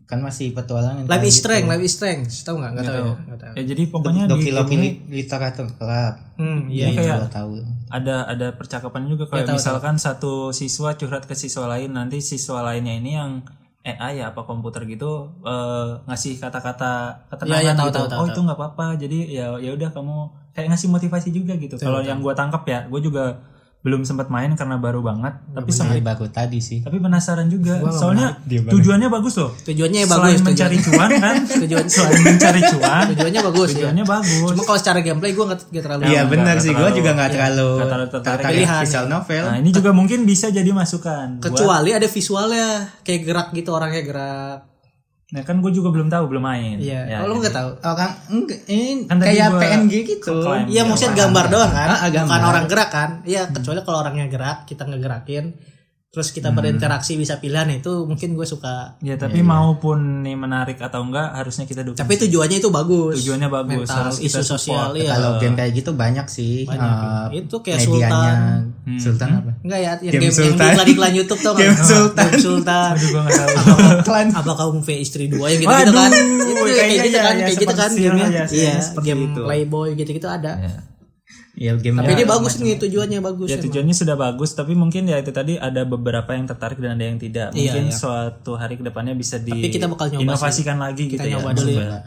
kan masih petualangan. Life is Strength, tahu nggak tahu. Ya jadi pokoknya Doki Literatur Club. Iya kayak tahu. Ada percakapan juga kayak misalkan satu siswa curhat ke siswa lain, nanti siswa lainnya ini yang AI ya apa komputer gitu ngasih kata-kata ketenangan gitu. Tahu. Itu nggak apa-apa. Jadi ya udah kamu kayak ngasih motivasi juga gitu. Kalau yang gue tangkap ya, gue juga belum sempat main karena baru banget, tapi sampai baru tadi sih. Tapi penasaran juga. Soalnya tujuannya bagus loh. Tujuannya bagus. Selain mencari cuan kan? Selain mencari cuan. Tujuannya bagus. Bagus. Cuma kalau secara gameplay gue nggak terlalu. Iya benar sih, gue juga nggak terlalu tertarik visual novel. Nah ini juga mungkin bisa jadi masukan. Kecuali ada visualnya kayak gerak gitu, orangnya gerak. Nah kan gue juga belum main. Iya. Ya, lo nggak tahu. Ini kan kayak PNG gitu. Iya maksudnya gambar doang kan. Bukan orang gerak kan. Iya kecuali kalau orangnya gerak kita ngegerakin. Terus kita berinteraksi bisa pilihan itu mungkin gue suka. Ya tapi maupun nih menarik atau enggak harusnya kita dukung. Tapi tujuannya itu bagus. Tujuannya bagus. Mental, isu sosial ya. Kalau game kayak gitu banyak sih. Itu kayak medianya. Sultan apa? Enggak ya, yang game yang iklan YouTube tau kan? Game Sultan. Aduh gue enggak tahu. Apa kamu istri 2 yang gitu-gitu kan? Kayak gitu kan gamenya. Iya, game Playboy gitu-gitu ada. Ya, game tapi ini bagus nih, tujuannya bagus. Ya tujuannya sudah bagus, tapi mungkin ya itu tadi ada beberapa yang tertarik dan ada yang tidak. Mungkin suatu hari kedepannya bisa tapi kita bakal nyoba inovasikan lagi gitu ya. Nyoba dulu ya.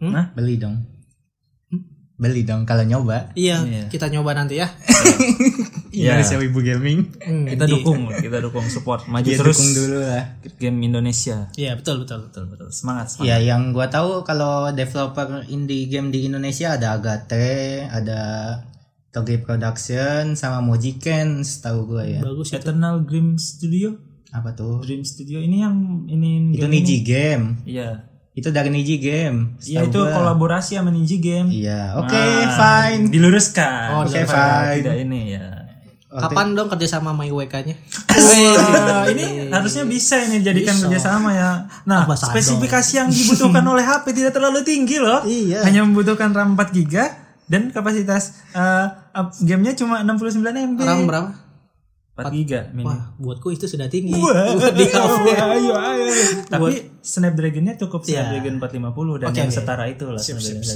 Beli dong kalau nyoba. Iya, kita nyoba nanti ya. Indonesia Wibu Gaming. Kita dukung support maju ya, terus. Dukung dulu lah Game Indonesia. Iya, betul. Semangat. Ya, yang gua tahu kalau developer indie game di Indonesia ada Agate, ada Toge Production sama Mojiken, setahu gue ya. Bagus. Eternal Dream Studio. Apa tuh? Dream Studio ini yang ini itu Niji Game. Iya. Itu dari Niji Game. Iya itu kolaborasi sama Niji Game. Iya. Oke, fine. Diluruskan. Oke, fine. Tidak ini ya. Kapan dong kerjasama sama IWK-nya? Ini harusnya bisa ini jadikan kerjasama ya. Nah, spesifikasi yang dibutuhkan oleh HP tidak terlalu tinggi loh. Iya. Hanya membutuhkan RAM 4 GB. Dan kapasitas gamenya cuma 69 MB. RAM berapa? 4 GB mini. Wah, buatku itu sudah tinggi. Ayo. Tapi Snapdragon-nya cukup Snapdragon 450 dan yang setara itu lah.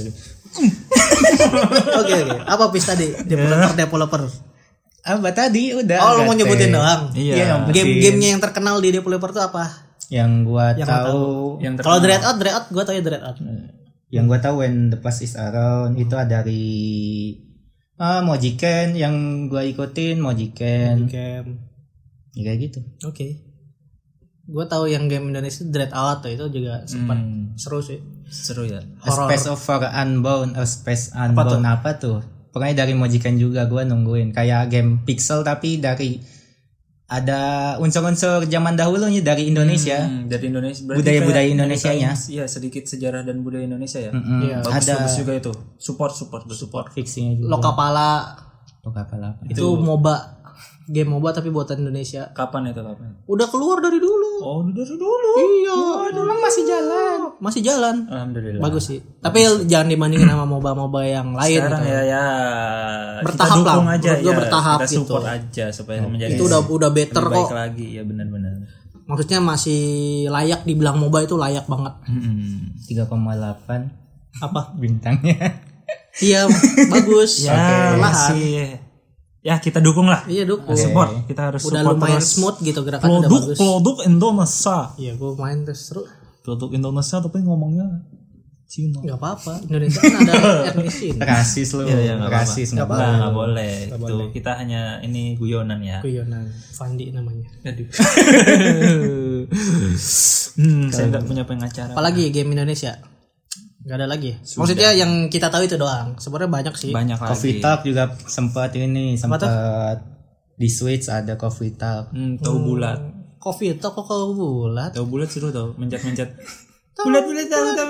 Oke. Apa pis tadi? Developer. Apa tadi udah. Oh, lo mau nyebutin doang. Iya. Game-gamenya yang terkenal di developer itu apa? Yang gua tahu. Kalau Dreadout gua tahu ya Dreadout. Yang gue tahu When the Past is Around itu ada dari Mojiken, yang gue ikutin Mojiken. Ya kayak gitu. Oke. Gue tahu yang game Indonesia Dreadout itu juga sempat seru sih. Seru ya. Space of Unbound, Space Unbound apa tuh? Pokoknya dari Mojiken juga gue nungguin. Kayak game pixel tapi dari ada unsur-unsur zaman dahulu nih dari Indonesia. Dari Indonesia. Budaya-budaya Indonesianya. Iya, sedikit sejarah dan budaya Indonesia ya. Iya. Bagus juga itu. Support fiksinya juga. Lokapala. Itu MOBA. Game MOBA tapi buatan Indonesia. Kapan? Udah keluar dari dulu. Oh, udah dari dulu. Iya. Memang masih jalan. Alhamdulillah. Bagus sih. Tapi jangan dibandingin sama MOBA yang lain. Sekarang gitu. ya. Bertahap kita dukung lah. aja ya. Bertahap kita support aja supaya menjadi itu udah better lebih baik kok. lagi ya benar-benar. Maksudnya masih layak dibilang MOBA itu layak banget. 3,8 apa bintangnya. Iya, bagus. Ya, ya kita dukung lah. Iya, dukung. Support. Kita harus udah support lumayan terus. smooth gitu gerakannya udah bagus. Produk Indonesia. Iya, gue main terus seru. Produk Indonesia tapi ngomongnya Cina. Enggak apa-apa. Indonesia kan ada etnis Cina. Rasis lu. Iya, rasis enggak boleh. Itu kita hanya ini guyonan ya. Guyonan. Fandi namanya. Aduh. Saya enggak punya pengacara. Apalagi game Indonesia? Enggak ada lagi. Maksudnya yang kita tahu itu doang. Sebenarnya banyak sih. Banyak lagi. Coffee Talk juga sempat di Switch ada Coffee Talk. Tahu bulat. Coffee Talk kok kau bulat? Tahu bulat seru tau. Mencet-mencet. Bulat beli.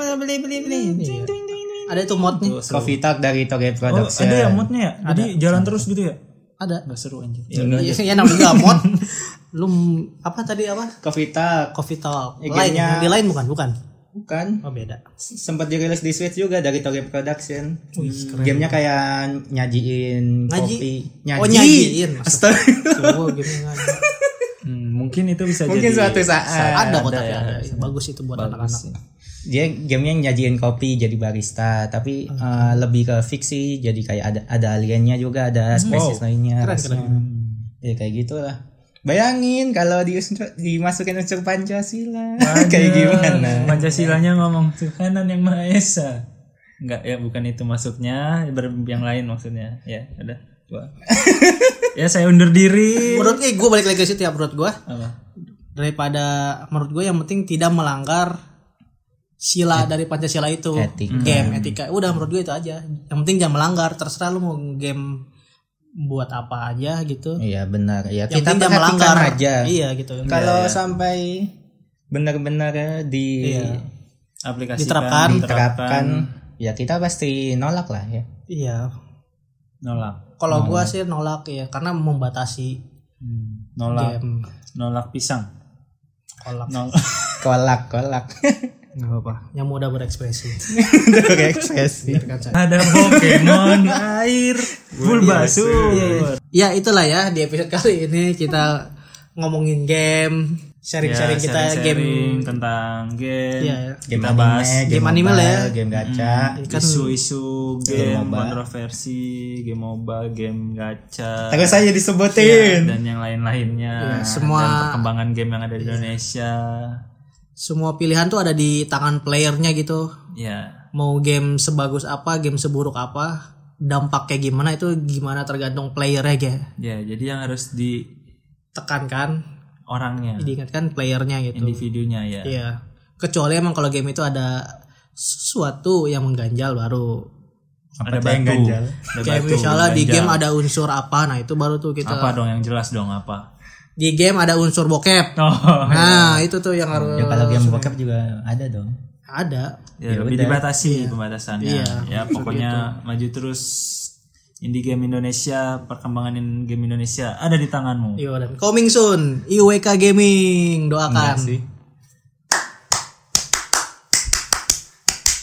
Ada itu modnya. Coffee Talk dari Toge Production. Ada ya modnya ya? Jadi jalan terus gitu ya? Ada. Nggak seru anjir. Ya namanya mod. Lu apa tadi apa? Coffee Talk. Di lain bukan? Bukan. Oh, beda. Sempat dirilis di Switch juga dari Toge Production. Gamenya kayak nyajiin kopi. Nyajiin. Astaga. Coba gamenya Mungkin itu bisa mungkin jadi suatu saat Ada kok tapi ada. Bagus itu buat anak-anak. Dia gamenya nyajiin kopi jadi barista, tapi lebih ke fiksi, jadi kayak ada aliennya juga, ada spesies lainnya. Keren. Ya kayak gitulah. Bayangin kalau dimasukin unsur Pancasila kayak gimana? Pancasilanya ngomong Tuhanan yang Maha Esa. Enggak ya, bukan itu masuknya, yang lain maksudnya. Ya, udah. Gua. Ya saya undur diri. Menurut gue balik lagi ke situ ya, menurut gue. Apa? Daripada menurut gue yang penting tidak melanggar sila dari Pancasila itu. Game etika. Udah menurut gue itu aja. Yang penting jangan melanggar, terserah lu mau game buat apa aja gitu. Iya benar. Ya yang kita perhatikan aja. Iya gitu. Kalau sampai benar-benar diterapkan, ya kita pasti nolak lah ya. Iya. Nolak. Kalau gua sih nolak ya, karena membatasi nolak. game. Nolak pisang. Kolak. Nggak apa-apa. Yang mudah berekspresi. Ada Pokemon air, Bulbasaur. Ya itulah ya, di episode kali ini kita ngomongin game, sharing-sharing kita game tentang game. Iya, game kita bahas game anime lah ya, game gacha, isu-isu game kontroversi, game mobile, game gacha. Terus saja disebutin. Dan yang lain-lainnya. Semua dan perkembangan game yang ada di Indonesia. Semua pilihan tuh ada di tangan playernya gitu. Iya. Mau game sebagus apa, game seburuk apa, dampaknya gimana itu gimana tergantung playernya ya. Ya, jadi yang harus ditekankan orangnya. Diingatkan playernya gitu. Individunya ya. Iya. Kecuali emang kalau game itu ada sesuatu yang mengganjal baru. Ada batu. Kayak misalnya di game ada unsur apa, nah itu baru tuh kita. Apa dong yang jelas dong apa? Di game ada unsur bokep. Itu tuh yang harus. Ya kalau game bokep juga ada dong. Ada. Ya, lebih dibatasi pembatasannya. Ya pokoknya maju terus. Indie game Indonesia, perkembangan game Indonesia ada di tanganmu. Iya, dan coming soon IWK Gaming, doakan.